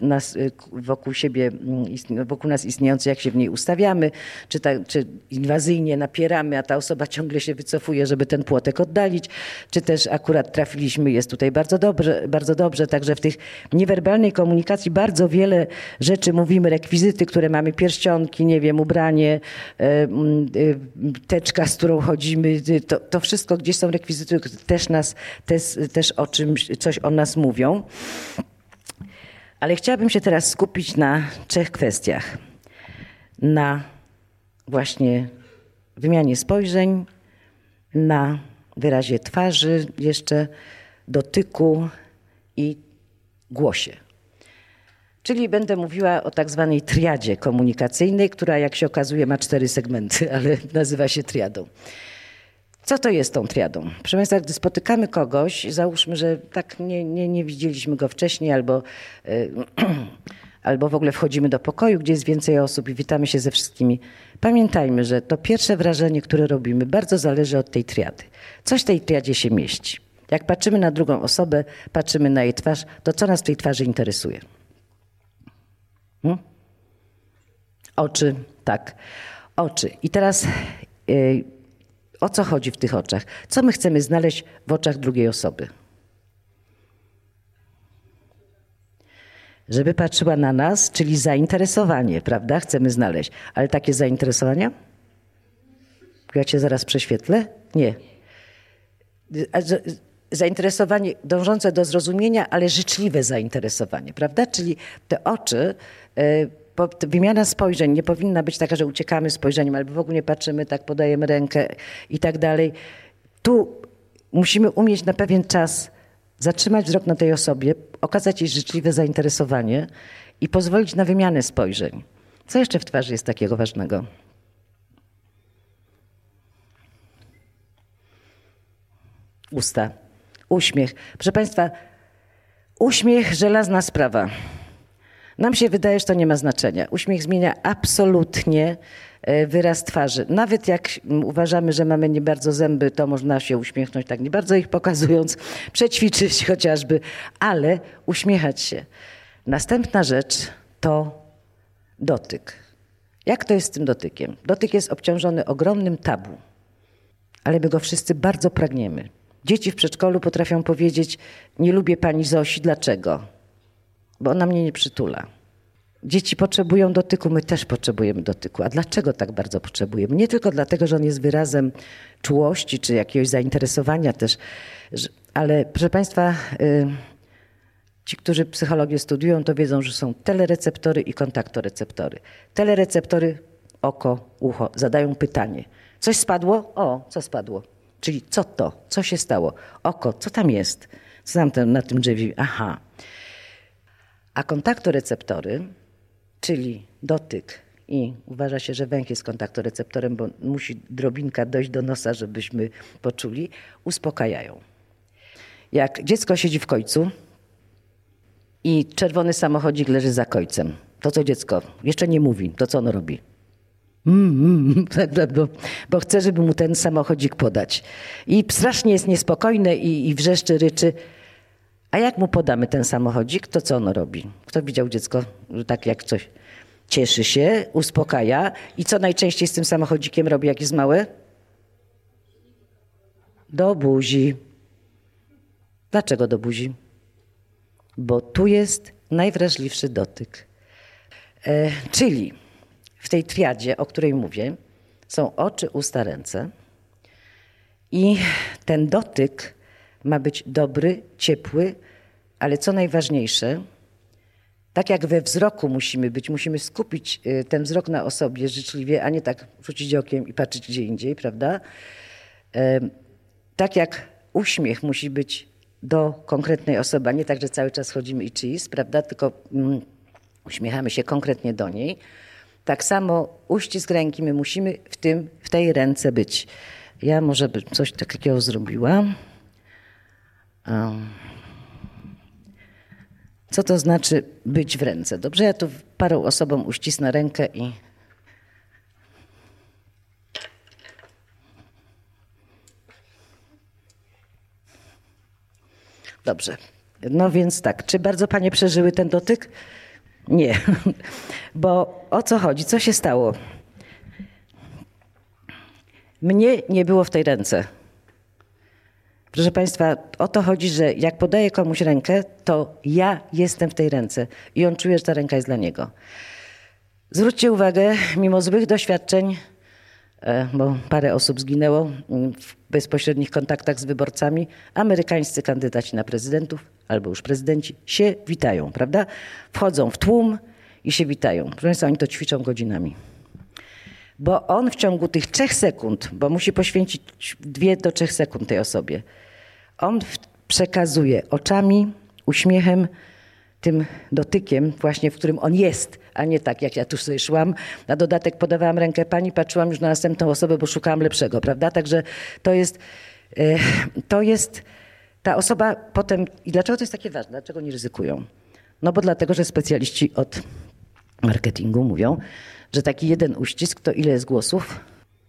wokół nas istniejącej, jak się w niej ustawiamy, czy inwazyjnie napieramy, a ta osoba ciągle się wycofuje, żeby ten płotek oddalić, czy też akurat trafiliśmy, jest tutaj bardzo dobrze. Także w tych niewerbalnej komunikacji bardzo wiele rzeczy mówimy, rekwizyty, które mamy, pierścionki, nie wiem, ubranie, teczka, z którą chodzimy, to wszystko, gdzie są rekwizyty, też o czymś, coś o nas mówią. Ale chciałabym się teraz skupić na 3 kwestiach. Na właśnie wymianie spojrzeń, na wyrazie twarzy, jeszcze dotyku i głosie. Czyli będę mówiła o tak zwanej triadzie komunikacyjnej, która jak się okazuje ma 4 segmenty, ale nazywa się triadą. Co to jest tą triadą? Proszę państwa, gdy spotykamy kogoś, załóżmy, że tak nie widzieliśmy go wcześniej albo w ogóle wchodzimy do pokoju, gdzie jest więcej osób i witamy się ze wszystkimi. Pamiętajmy, że to pierwsze wrażenie, które robimy, bardzo zależy od tej triady. Coś w tej triadzie się mieści. Jak patrzymy na drugą osobę, patrzymy na jej twarz, to co nas w tej twarzy interesuje? Oczy, tak, oczy. I teraz o co chodzi w tych oczach? Co my chcemy znaleźć w oczach drugiej osoby? Żeby patrzyła na nas, czyli zainteresowanie, prawda? Chcemy znaleźć. Ale takie zainteresowania? Ja cię zaraz prześwietlę? Nie. zainteresowanie dążące do zrozumienia, ale życzliwe zainteresowanie, prawda? Czyli te oczy, wymiana spojrzeń nie powinna być taka, że uciekamy spojrzeniem albo w ogóle nie patrzymy, tak podajemy rękę i tak dalej. Tu musimy umieć na pewien czas zatrzymać wzrok na tej osobie, okazać jej życzliwe zainteresowanie i pozwolić na wymianę spojrzeń. Co jeszcze w twarzy jest takiego ważnego? Usta, uśmiech. Proszę Państwa, uśmiech żelazna sprawa. Nam się wydaje, że to nie ma znaczenia. Uśmiech zmienia absolutnie wyraz twarzy. Nawet jak uważamy, że mamy nie bardzo zęby, to można się uśmiechnąć tak nie bardzo ich pokazując, przećwiczyć chociażby, ale uśmiechać się. Następna rzecz to dotyk. Jak to jest z tym dotykiem? Dotyk jest obciążony ogromnym tabu, ale my go wszyscy bardzo pragniemy. Dzieci w przedszkolu potrafią powiedzieć: nie lubię pani Zosi. Dlaczego? Bo ona mnie nie przytula. Dzieci potrzebują dotyku, my też potrzebujemy dotyku. A dlaczego tak bardzo potrzebujemy? Nie tylko dlatego, że on jest wyrazem czułości czy jakiegoś zainteresowania też, ale proszę Państwa, ci, którzy psychologię studiują, to wiedzą, że są telereceptory i kontaktoreceptory. Telereceptory, oko, ucho, zadają pytanie. Coś spadło? O, co spadło? Czyli co to? Co się stało? Oko, co tam jest? Co tam na tym drzewie? Aha. A kontaktoreceptory, czyli dotyk i uważa się, że węch jest kontaktoreceptorem, bo musi drobinka dojść do nosa, żebyśmy poczuli, uspokajają. Jak dziecko siedzi w kojcu i czerwony samochodzik leży za kojcem, to co dziecko jeszcze nie mówi, to co ono robi? Bo chce, żeby mu ten samochodzik podać. I strasznie jest niespokojne i wrzeszczy, ryczy. A jak mu podamy ten samochodzik, to co ono robi? Kto widział dziecko, że tak jak coś cieszy się, uspokaja i co najczęściej z tym samochodzikiem robi, jak jest małe? Do buzi. Dlaczego do buzi? Bo tu jest najwrażliwszy dotyk. Czyli w tej triadzie, o której mówię, są oczy, usta, ręce i ten dotyk ma być dobry, ciepły, ale co najważniejsze, tak jak we wzroku musimy skupić ten wzrok na osobie życzliwie, a nie tak rzucić okiem i patrzeć gdzie indziej, prawda? Tak jak uśmiech musi być do konkretnej osoby, a nie tak, że cały czas chodzimy i cheese, prawda? Tylko uśmiechamy się konkretnie do niej. Tak samo uścisk ręki my musimy w tej ręce być. Ja może bym coś takiego zrobiła. Co to znaczy być w ręce? Dobrze, ja tu parą osobom uścisnę rękę i dobrze. No więc tak, czy bardzo panie przeżyły ten dotyk? Nie, bo o co chodzi? Co się stało? Mnie nie było w tej ręce. Proszę Państwa, o to chodzi, że jak podaję komuś rękę, to ja jestem w tej ręce i on czuje, że ta ręka jest dla niego. Zwróćcie uwagę, mimo złych doświadczeń, bo parę osób zginęło w bezpośrednich kontaktach z wyborcami, amerykańscy kandydaci na prezydentów albo już prezydenci się witają, prawda? Wchodzą w tłum i się witają. Proszę Państwa, oni to ćwiczą godzinami. Bo on w ciągu tych 3 sekund, bo musi poświęcić 2 do 3 sekund tej osobie, on przekazuje oczami, uśmiechem, tym dotykiem właśnie, w którym on jest, a nie tak jak ja tu sobie szłam. Na dodatek podawałam rękę pani, patrzyłam już na następną osobę, bo szukałam lepszego, prawda? Także to jest ta osoba potem. I dlaczego to jest takie ważne? Dlaczego nie ryzykują? No bo dlatego, że specjaliści od marketingu mówią, że taki jeden uścisk to ile jest głosów?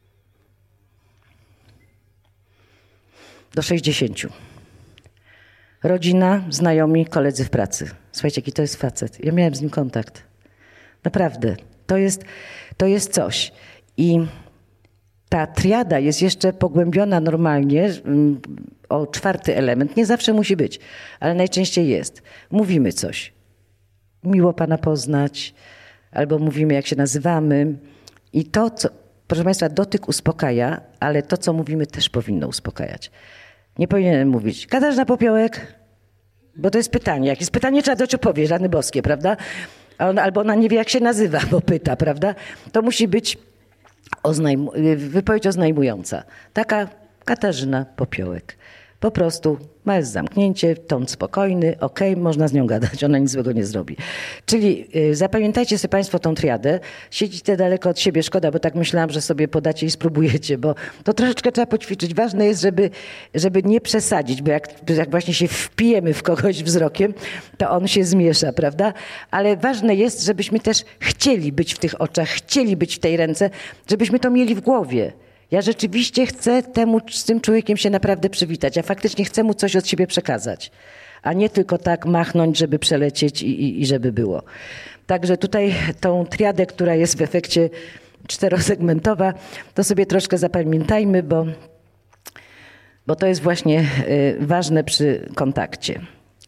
Do 60. Rodzina, znajomi, koledzy w pracy. Słuchajcie, jaki to jest facet. Ja miałem z nim kontakt. Naprawdę. To jest coś. I ta triada jest jeszcze pogłębiona normalnie o 4. element. Nie zawsze musi być, ale najczęściej jest. Mówimy coś. Miło pana poznać. Albo mówimy, jak się nazywamy. I to, co, proszę Państwa, dotyk uspokaja, ale to, co mówimy, też powinno uspokajać. Nie powinienem mówić Katarzyna Popiołek, bo to jest pytanie. Jak jest pytanie, trzeba dać odpowiedź, rany boskie, prawda? Albo ona nie wie, jak się nazywa, bo pyta, prawda? To musi być wypowiedź oznajmująca. Taka Katarzyna Popiołek. Po prostu ma zamknięcie, ton spokojny, okej, można z nią gadać, ona nic złego nie zrobi. Czyli zapamiętajcie sobie państwo tą triadę. Siedzicie daleko od siebie, szkoda, bo tak myślałam, że sobie podacie i spróbujecie, bo to troszeczkę trzeba poćwiczyć. Ważne jest, żeby nie przesadzić, bo jak właśnie się wpijemy w kogoś wzrokiem, to on się zmiesza, prawda? Ale ważne jest, żebyśmy też chcieli być w tych oczach, chcieli być w tej ręce, żebyśmy to mieli w głowie. Ja rzeczywiście chcę z tym człowiekiem się naprawdę przywitać. Ja faktycznie chcę mu coś od siebie przekazać, a nie tylko tak machnąć, żeby przelecieć i żeby było. Także tutaj tą triadę, która jest w efekcie 4-segmentowa, to sobie troszkę zapamiętajmy, bo to jest właśnie ważne przy kontakcie.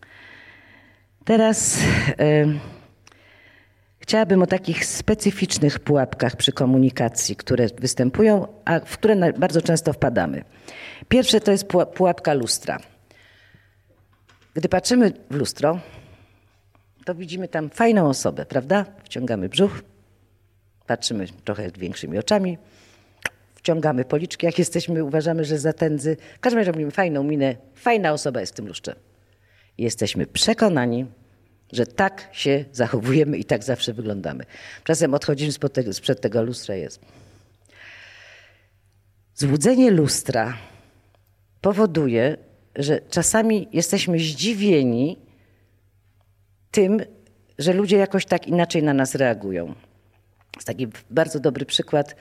Teraz chciałabym o takich specyficznych pułapkach przy komunikacji, które występują, a w które bardzo często wpadamy. Pierwsze to jest pułapka lustra. Gdy patrzymy w lustro, to widzimy tam fajną osobę, prawda? Wciągamy brzuch, patrzymy trochę większymi oczami, wciągamy policzki, jak jesteśmy, uważamy, że zatędzy. W każdym razie robimy fajną minę, fajna osoba jest w tym lustrze. I jesteśmy przekonani, że tak się zachowujemy i tak zawsze wyglądamy. Czasem odchodzimy sprzed tego lustra jest. Złudzenie lustra powoduje, że czasami jesteśmy zdziwieni tym, że ludzie jakoś tak inaczej na nas reagują. Jest taki bardzo dobry przykład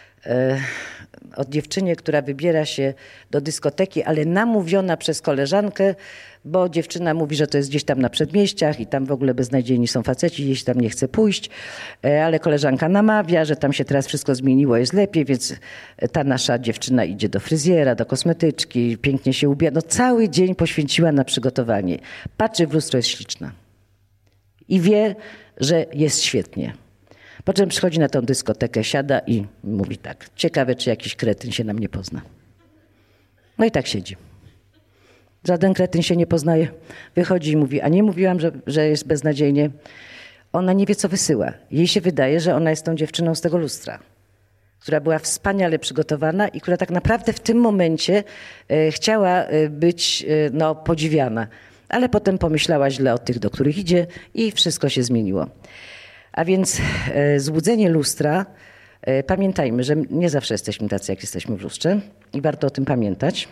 od dziewczyny, która wybiera się do dyskoteki, ale namówiona przez koleżankę, bo dziewczyna mówi, że to jest gdzieś tam na przedmieściach i tam w ogóle beznadziejni są faceci, gdzieś tam nie chce pójść, ale koleżanka namawia, że tam się teraz wszystko zmieniło, jest lepiej, więc ta nasza dziewczyna idzie do fryzjera, do kosmetyczki, pięknie się ubiera. No cały dzień poświęciła na przygotowanie. Patrzy w lustro, jest śliczna. I wie, że jest świetnie. Po czym przychodzi na tą dyskotekę, siada i mówi tak: ciekawe, czy jakiś kretyn się na mnie pozna. No i tak siedzi. Żaden kretyn się nie poznaje. Wychodzi i mówi: a nie mówiłam, że jest beznadziejnie. Ona nie wie, co wysyła. Jej się wydaje, że ona jest tą dziewczyną z tego lustra, która była wspaniale przygotowana i która tak naprawdę w tym momencie chciała być podziwiana. Ale potem pomyślała źle o tych, do których idzie i wszystko się zmieniło. A więc złudzenie lustra, pamiętajmy, że nie zawsze jesteśmy tacy, jak jesteśmy w lustrze i warto o tym pamiętać.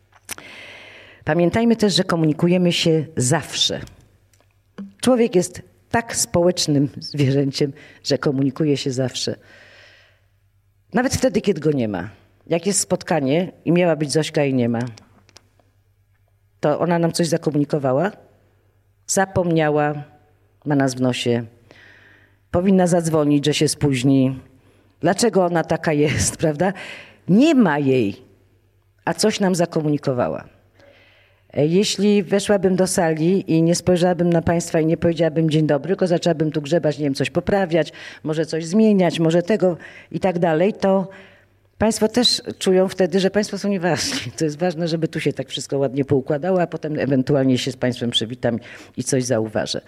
Pamiętajmy też, że komunikujemy się zawsze. Człowiek jest tak społecznym zwierzęciem, że komunikuje się zawsze. Nawet wtedy, kiedy go nie ma. Jak jest spotkanie i miała być Zośka i nie ma, to ona nam coś zakomunikowała, zapomniała, ma nas w nosie, powinna zadzwonić, że się spóźni. Dlaczego ona taka jest, prawda? Nie ma jej, a coś nam zakomunikowała. Jeśli weszłabym do sali i nie spojrzałabym na państwa i nie powiedziałabym dzień dobry, tylko zaczęłabym tu grzebać, nie wiem, coś poprawiać, może coś zmieniać, może tego i tak dalej, to państwo też czują wtedy, że państwo są nieważni. To jest ważne, żeby tu się tak wszystko ładnie poukładało, a potem ewentualnie się z państwem przywitam i coś zauważę.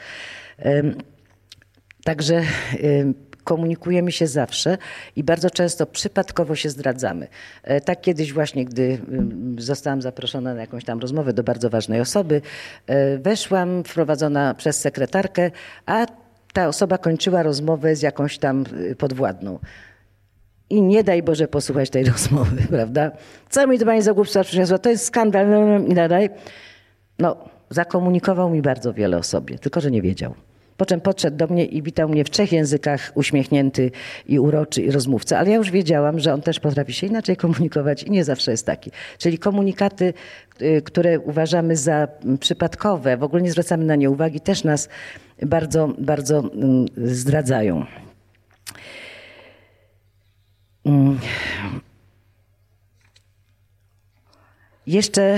Także komunikujemy się zawsze i bardzo często przypadkowo się zdradzamy. Tak kiedyś właśnie, gdy zostałam zaproszona na jakąś tam rozmowę do bardzo ważnej osoby, weszłam wprowadzona przez sekretarkę, a ta osoba kończyła rozmowę z jakąś tam podwładną. I nie daj Boże posłuchać tej rozmowy, prawda? Co mi to pani za głupstwa przyniosła? To jest skandal i dalej. No, zakomunikował mi bardzo wiele o sobie, tylko że nie wiedział. Po czym podszedł do mnie i witał mnie w 3 językach, uśmiechnięty i uroczy i rozmówca. Ale ja już wiedziałam, że on też potrafi się inaczej komunikować i nie zawsze jest taki. Czyli komunikaty, które uważamy za przypadkowe, w ogóle nie zwracamy na nie uwagi, też nas bardzo, bardzo zdradzają. Jeszcze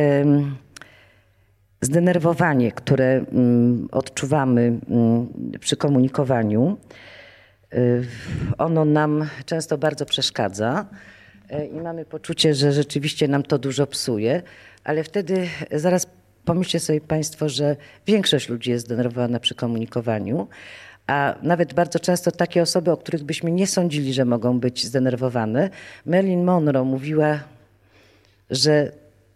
zdenerwowanie, które odczuwamy przy komunikowaniu, ono nam często bardzo przeszkadza, i mamy poczucie, że rzeczywiście nam to dużo psuje, ale wtedy zaraz pomyślcie sobie Państwo, że większość ludzi jest zdenerwowana przy komunikowaniu, a nawet bardzo często takie osoby, o których byśmy nie sądzili, że mogą być zdenerwowane. Marilyn Monroe mówiła, że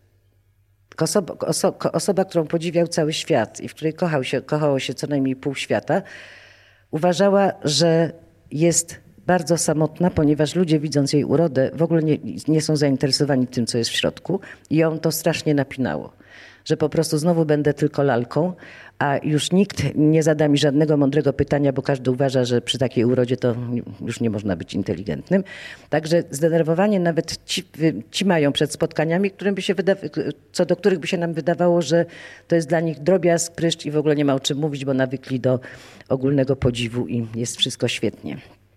osoba, którą podziwiał cały świat i w której kochało się co najmniej pół świata, uważała, że jest bardzo samotna, ponieważ ludzie, widząc jej urodę, w ogóle nie są zainteresowani tym, co jest w środku, i ją to strasznie napinało, że po prostu znowu będę tylko lalką, a już nikt nie zada mi żadnego mądrego pytania, bo każdy uważa, że przy takiej urodzie to już nie można być inteligentnym. Także zdenerwowanie nawet ci mają przed spotkaniami, co do których by się nam wydawało, że to jest dla nich drobiazg, pryszcz i w ogóle nie ma o czym mówić, bo nawykli do ogólnego podziwu i jest wszystko świetnie.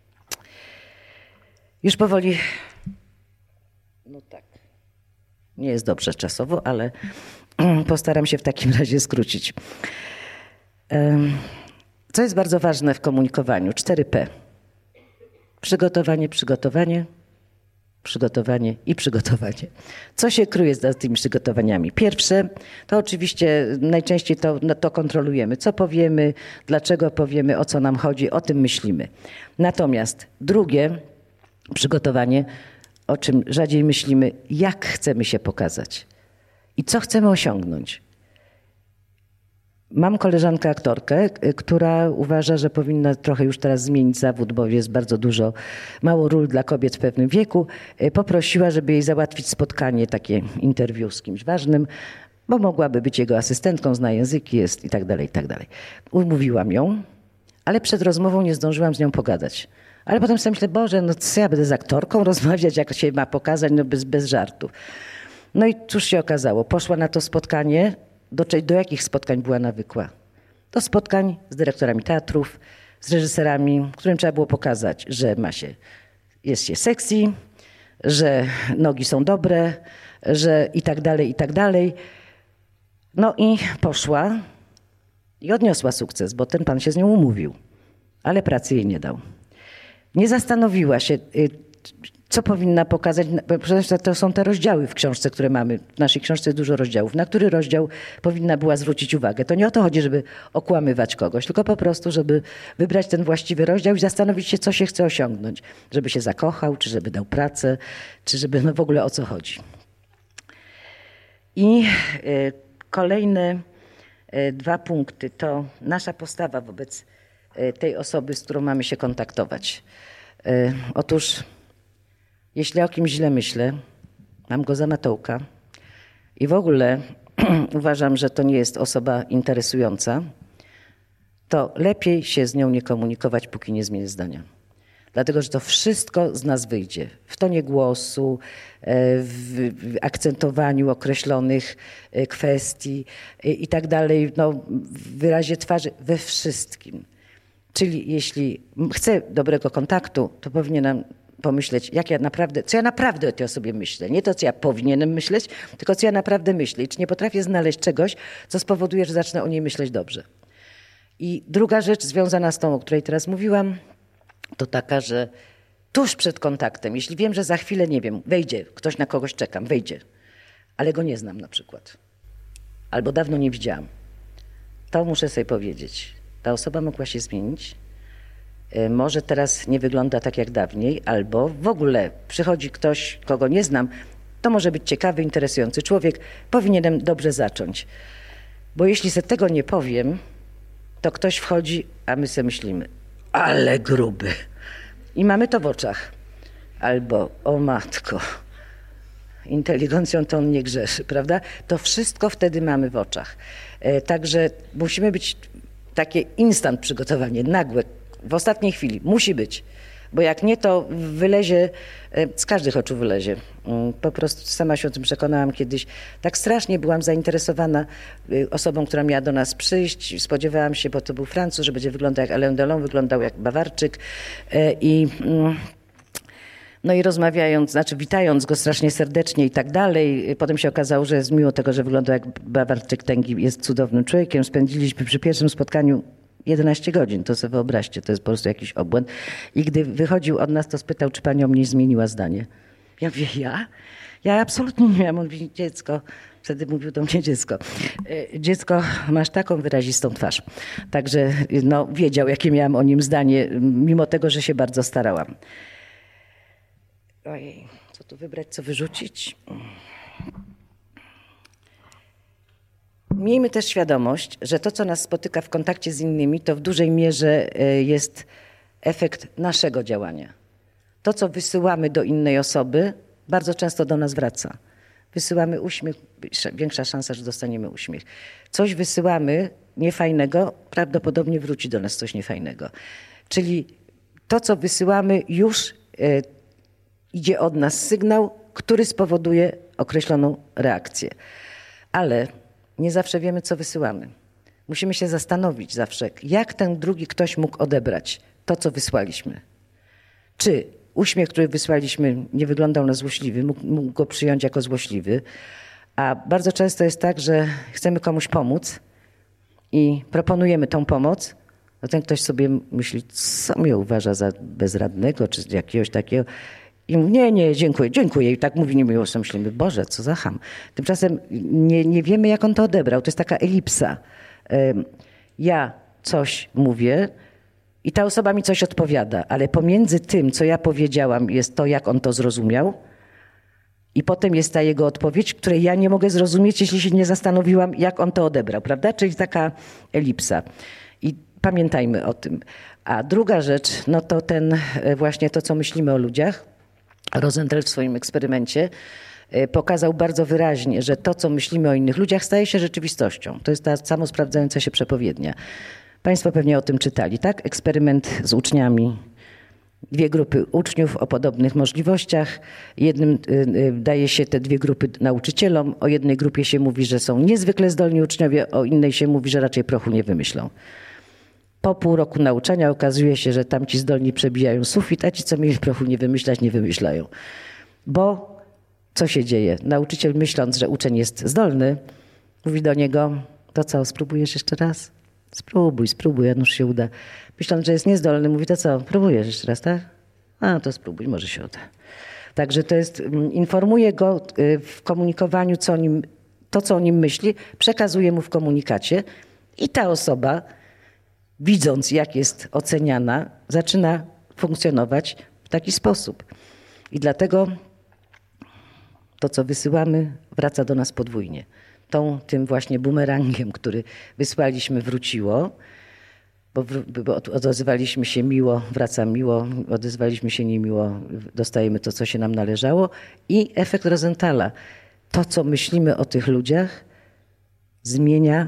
Już powoli, no tak, nie jest dobrze czasowo, ale postaram się w takim razie skrócić. Co jest bardzo ważne w komunikowaniu? 4P. Przygotowanie, przygotowanie, przygotowanie i przygotowanie. Co się kryje za tymi przygotowaniami? Pierwsze, to oczywiście najczęściej to kontrolujemy. Co powiemy, dlaczego powiemy, o co nam chodzi, o tym myślimy. Natomiast drugie przygotowanie, o czym rzadziej myślimy, jak chcemy się pokazać i co chcemy osiągnąć. Mam koleżankę aktorkę, która uważa, że powinna trochę już teraz zmienić zawód, bo jest mało ról dla kobiet w pewnym wieku. Poprosiła, żeby jej załatwić spotkanie, takie interview z kimś ważnym, bo mogłaby być jego asystentką, zna języki, jest i tak dalej, i tak dalej. Umówiłam ją, ale przed rozmową nie zdążyłam z nią pogadać. Ale potem sobie myślę, Boże, no co ja będę z aktorką rozmawiać, jak się ma pokazać, no bez żartów. No i cóż się okazało, poszła na to spotkanie. Do jakich spotkań była nawykła? Do spotkań z dyrektorami teatrów, z reżyserami, którym trzeba było pokazać, że jest się sexy, że nogi są dobre, że i tak dalej, i tak dalej. No i poszła i odniosła sukces, bo ten pan się z nią umówił, ale pracy jej nie dał. Nie zastanowiła się, co powinna pokazać. To są te rozdziały w książce, które mamy. W naszej książce jest dużo rozdziałów. Na który rozdział powinna była zwrócić uwagę? To nie o to chodzi, żeby okłamywać kogoś, tylko po prostu, żeby wybrać ten właściwy rozdział i zastanowić się, co się chce osiągnąć. Żeby się zakochał, czy żeby dał pracę, czy żeby w ogóle o co chodzi. I kolejne 2 punkty to nasza postawa wobec tej osoby, z którą mamy się kontaktować. Otóż jeśli o kimś źle myślę, mam go za matołka i w ogóle uważam, że to nie jest osoba interesująca, to lepiej się z nią nie komunikować, póki nie zmienię zdania. Dlatego, że to wszystko z nas wyjdzie. W tonie głosu, w akcentowaniu określonych kwestii i tak dalej, no, w wyrazie twarzy, we wszystkim. Czyli jeśli chcę dobrego kontaktu, to powinienem pomyśleć, co ja naprawdę o tej osobie myślę. Nie to, co ja powinienem myśleć, tylko co ja naprawdę myślę. I czy nie potrafię znaleźć czegoś, co spowoduje, że zacznę o niej myśleć dobrze. I druga rzecz związana z tą, o której teraz mówiłam, to taka, że tuż przed kontaktem, jeśli wiem, że za chwilę, nie wiem, wejdzie, ktoś na kogoś czekam, wejdzie, ale go nie znam na przykład. Albo dawno nie widziałam. To muszę sobie powiedzieć. Ta osoba mogła się zmienić. Może teraz nie wygląda tak jak dawniej, albo w ogóle przychodzi ktoś, kogo nie znam, to może być ciekawy, interesujący człowiek, powinienem dobrze zacząć. Bo jeśli sobie tego nie powiem, to ktoś wchodzi, a my sobie myślimy, ale gruby. I mamy to w oczach. Albo, o matko, inteligencją to on nie grzeszy, prawda? To wszystko wtedy mamy w oczach. Także musimy być takie instant przygotowanie, nagłe, w ostatniej chwili. Musi być. Bo jak nie, to wylezie, z każdych oczu wylezie. Po prostu sama się o tym przekonałam kiedyś. Tak strasznie byłam zainteresowana osobą, która miała do nas przyjść. Spodziewałam się, bo to był Francuz, że będzie wyglądał jak Alain Delon, wyglądał jak Bawarczyk. No i rozmawiając, witając go strasznie serdecznie i tak dalej, potem się okazało, że mimo tego, że wyglądał jak Bawarczyk Tęgi, jest cudownym człowiekiem. Spędziliśmy przy pierwszym spotkaniu 11 godzin, to sobie wyobraźcie, to jest po prostu jakiś obłęd. I gdy wychodził od nas, to spytał, czy pani o mnie zmieniła zdanie. Ja mówię, ja? Ja absolutnie nie miałam. On mówi, dziecko, wtedy mówił do mnie dziecko. Dziecko, masz taką wyrazistą twarz. Także no, wiedział, jakie miałam o nim zdanie, mimo tego, że się bardzo starałam. Ojej, co tu wybrać, co wyrzucić? Miejmy też świadomość, że to, co nas spotyka w kontakcie z innymi, to w dużej mierze jest efekt naszego działania. To, co wysyłamy do innej osoby, bardzo często do nas wraca. Wysyłamy uśmiech, większa szansa, że dostaniemy uśmiech. Coś wysyłamy niefajnego, prawdopodobnie wróci do nas coś niefajnego. Czyli to, co wysyłamy, już idzie od nas sygnał, który spowoduje określoną reakcję. Ale nie zawsze wiemy, co wysyłamy. Musimy się zastanowić zawsze, jak ten drugi ktoś mógł odebrać to, co wysłaliśmy. Czy uśmiech, który wysłaliśmy, nie wyglądał na złośliwy, mógł go przyjąć jako złośliwy. A bardzo często jest tak, że chcemy komuś pomóc i proponujemy tą pomoc, a ten ktoś sobie myśli, co mnie uważa za bezradnego, czy jakiegoś takiego. I mówi, nie, dziękuję. I tak mówi niemiło, że myślimy, Boże, co za cham. Tymczasem nie wiemy, jak on to odebrał. To jest taka elipsa. Ja coś mówię, i ta osoba mi coś odpowiada, ale pomiędzy tym, co ja powiedziałam, jest to, jak on to zrozumiał, i potem jest ta jego odpowiedź, której ja nie mogę zrozumieć, jeśli się nie zastanowiłam, jak on to odebrał, prawda? Czyli taka elipsa. I pamiętajmy o tym. A druga rzecz, no to właśnie to, co myślimy o ludziach. Rosenthal w swoim eksperymencie pokazał bardzo wyraźnie, że to, co myślimy o innych ludziach, staje się rzeczywistością. To jest ta samosprawdzająca się przepowiednia. Państwo pewnie o tym czytali, tak? Eksperyment z uczniami. 2 grupy uczniów o podobnych możliwościach. Jednym daje się te 2 grupy nauczycielom. O jednej grupie się mówi, że są niezwykle zdolni uczniowie, o innej się mówi, że raczej prochu nie wymyślą. Po pół roku nauczania okazuje się, że tamci zdolni przebijają sufit, a ci, co mieli prochu nie wymyślać, nie wymyślają. Bo co się dzieje? Nauczyciel, myśląc, że uczeń jest zdolny, mówi do niego, to co, spróbujesz jeszcze raz? Spróbuj, a nuż się uda. Myśląc, że jest niezdolny, mówi, to co, próbujesz jeszcze raz, tak? A, to spróbuj, może się uda. Także to jest, informuje go w komunikowaniu, co o nim myśli, przekazuje mu w komunikacie i ta osoba, widząc, jak jest oceniana, zaczyna funkcjonować w taki sposób. I dlatego to, co wysyłamy, wraca do nas podwójnie. Tym właśnie bumerangiem, który wysłaliśmy, wróciło, bo odezwaliśmy się miło, wraca miło, odezwaliśmy się niemiło, dostajemy to, co się nam należało. I efekt Rosenthala. To, co myślimy o tych ludziach, zmienia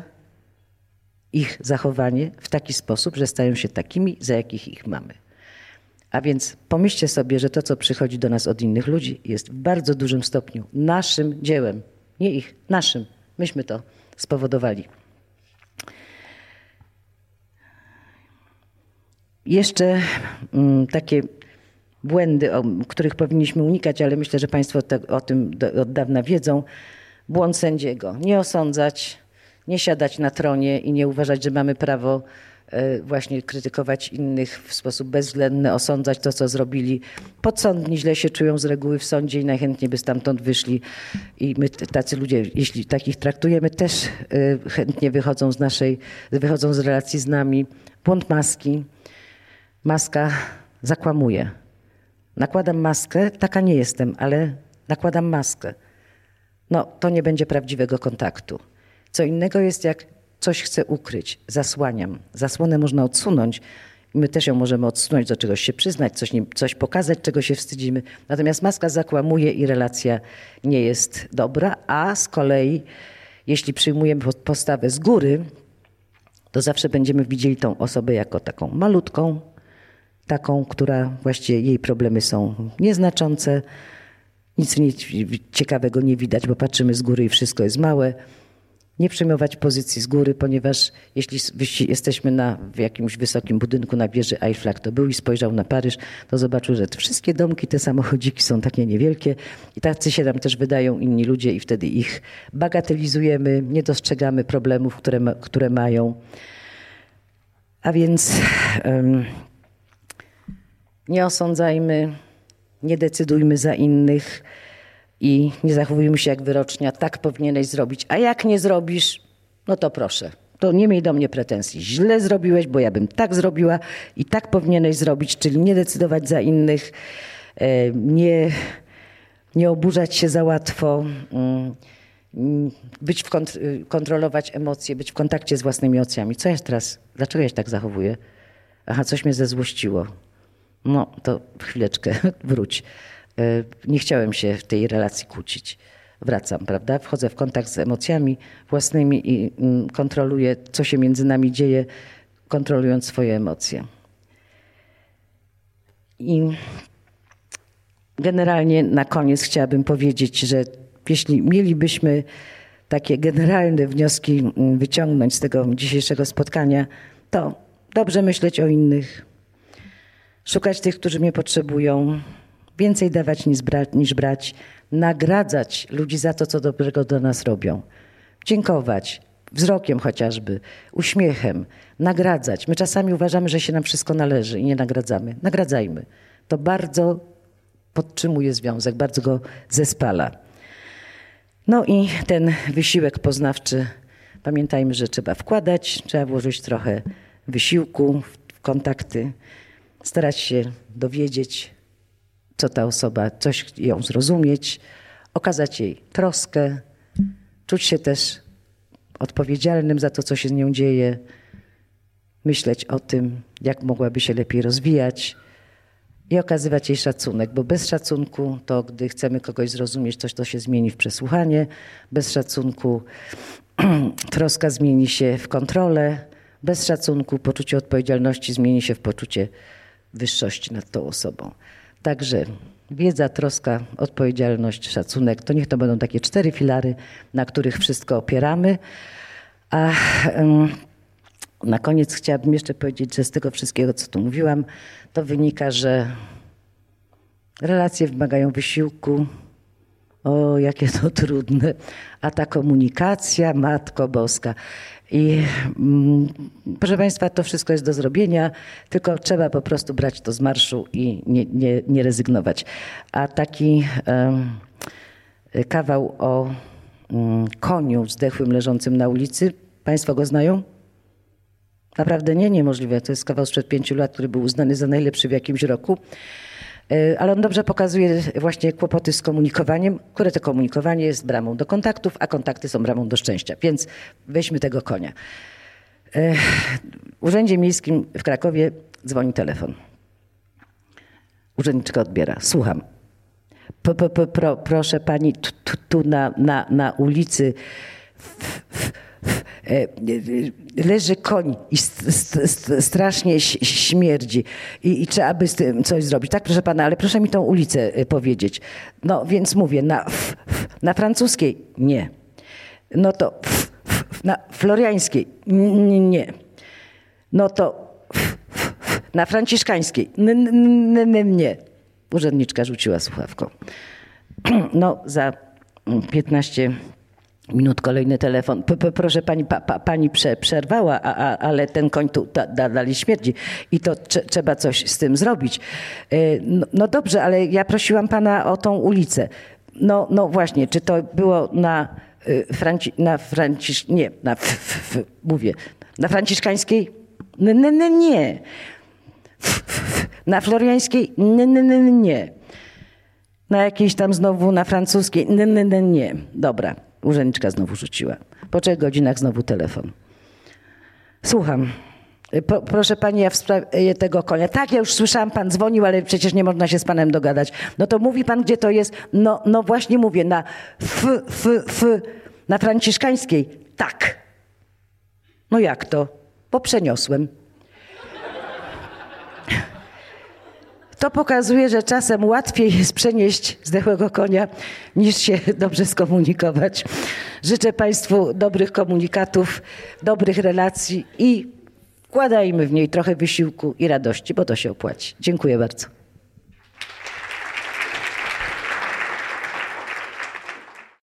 ich zachowanie w taki sposób, że stają się takimi, za jakich ich mamy. A więc pomyślcie sobie, że to, co przychodzi do nas od innych ludzi, jest w bardzo dużym stopniu naszym dziełem. Nie ich, naszym. Myśmy to spowodowali. Jeszcze takie błędy, których powinniśmy unikać, ale myślę, że Państwo o tym od dawna wiedzą. Błąd sędziego. Nie osądzać, nie siadać na tronie i nie uważać, że mamy prawo właśnie krytykować innych w sposób bezwzględny, osądzać to, co zrobili. Podsądni źle się czują z reguły w sądzie i najchętniej by stamtąd wyszli. I my, tacy ludzie, jeśli takich traktujemy, też chętnie wychodzą z relacji z nami. Błąd maski. Maska zakłamuje. Nakładam maskę, taka nie jestem, ale nakładam maskę. No, to nie będzie prawdziwego kontaktu. Co innego jest, jak coś chcę ukryć, zasłaniam. Zasłonę można odsunąć i my też ją możemy odsunąć, do czegoś się przyznać, coś pokazać, czego się wstydzimy. Natomiast maska zakłamuje i relacja nie jest dobra, a z kolei jeśli przyjmujemy postawę z góry, to zawsze będziemy widzieli tą osobę jako taką malutką, taką, która właściwie jej problemy są nieznaczące, nic ciekawego nie widać, bo patrzymy z góry i wszystko jest małe. Nie przyjmować pozycji z góry, ponieważ jeśli jesteśmy w jakimś wysokim budynku na wieży Eiffla, kto był i spojrzał na Paryż, to zobaczył, że te wszystkie domki, te samochodziki są takie niewielkie i tacy się nam też wydają inni ludzie i wtedy ich bagatelizujemy, nie dostrzegamy problemów, które mają. A więc nie osądzajmy, nie decydujmy za innych i nie zachowujmy się jak wyrocznia. Tak powinieneś zrobić, a jak nie zrobisz, no to proszę. To nie miej do mnie pretensji. Źle zrobiłeś, bo ja bym tak zrobiła i tak powinieneś zrobić, czyli nie decydować za innych, nie oburzać się za łatwo, kontrolować emocje, być w kontakcie z własnymi emocjami. Co jest teraz? Dlaczego ja się tak zachowuję? Aha, coś mnie zezłościło. No to chwileczkę, wróć. Nie chciałem się w tej relacji kłócić. Wracam, prawda? Wchodzę w kontakt z emocjami własnymi i kontroluję, co się między nami dzieje, kontrolując swoje emocje. I generalnie na koniec chciałabym powiedzieć, że jeśli mielibyśmy takie generalne wnioski wyciągnąć z tego dzisiejszego spotkania, to dobrze myśleć o innych, szukać tych, którzy mnie potrzebują, więcej dawać niż brać, nagradzać ludzi za to, co dobrego do nas robią. Dziękować, wzrokiem chociażby, uśmiechem, nagradzać. My czasami uważamy, że się nam wszystko należy i nie nagradzamy. Nagradzajmy. To bardzo podtrzymuje związek, bardzo go zespala. No i ten wysiłek poznawczy, pamiętajmy, że trzeba wkładać, trzeba włożyć trochę wysiłku w kontakty, starać się dowiedzieć, co ta osoba, coś ją zrozumieć, okazać jej troskę, czuć się też odpowiedzialnym za to, co się z nią dzieje, myśleć o tym, jak mogłaby się lepiej rozwijać i okazywać jej szacunek, bo bez szacunku to, gdy chcemy kogoś zrozumieć, to się zmieni w przesłuchanie, bez szacunku troska zmieni się w kontrolę, bez szacunku poczucie odpowiedzialności zmieni się w poczucie wyższości nad tą osobą. Także wiedza, troska, odpowiedzialność, szacunek, to niech to będą takie 4 filary, na których wszystko opieramy. A na koniec chciałabym jeszcze powiedzieć, że z tego wszystkiego, co tu mówiłam, to wynika, że relacje wymagają wysiłku. O, jakie to trudne. A ta komunikacja, Matko Boska. I proszę Państwa, to wszystko jest do zrobienia, tylko trzeba po prostu brać to z marszu i nie rezygnować. A taki kawał o koniu zdechłym leżącym na ulicy, Państwo go znają? Naprawdę niemożliwe. To jest kawał sprzed 5 lat, który był uznany za najlepszy w jakimś roku. Ale on dobrze pokazuje właśnie kłopoty z komunikowaniem, które to komunikowanie jest bramą do kontaktów, a kontakty są bramą do szczęścia. Więc weźmy tego konia. W Urzędzie Miejskim w Krakowie dzwoni telefon. Urzędniczka odbiera. Słucham. Proszę pani, tu na ulicy leży koń i strasznie śmierdzi i trzeba by z tym coś zrobić. Tak, proszę pana, ale proszę mi tą ulicę powiedzieć. No więc mówię, na francuskiej nie. No to na floriańskiej nie. No to na franciszkańskiej nie. Urzędniczka rzuciła słuchawką. No za 15 minut kolejny telefon. Proszę pani, pani przerwała, ale ten koń tu dalej śmierdzi i to trzeba coś z tym zrobić. No dobrze, ale ja prosiłam pana o tą ulicę. No właśnie, czy to było na franciszkańskiej? Nie. Na floriańskiej? Nie. Na jakiejś tam znowu na francuskiej? Nie. Dobra. Urzędniczka znowu rzuciła. Po 3 godzinach znowu telefon. Słucham. Proszę pani, ja w sprawie tego konia. Tak, ja już słyszałam, pan dzwonił, ale przecież nie można się z panem dogadać. No to mówi pan, gdzie to jest? No właśnie mówię, na franciszkańskiej. Tak. No jak to? Bo przeniosłem. To pokazuje, że czasem łatwiej jest przenieść zdechłego konia, niż się dobrze skomunikować. Życzę Państwu dobrych komunikatów, dobrych relacji i wkładajmy w niej trochę wysiłku i radości, bo to się opłaci. Dziękuję bardzo.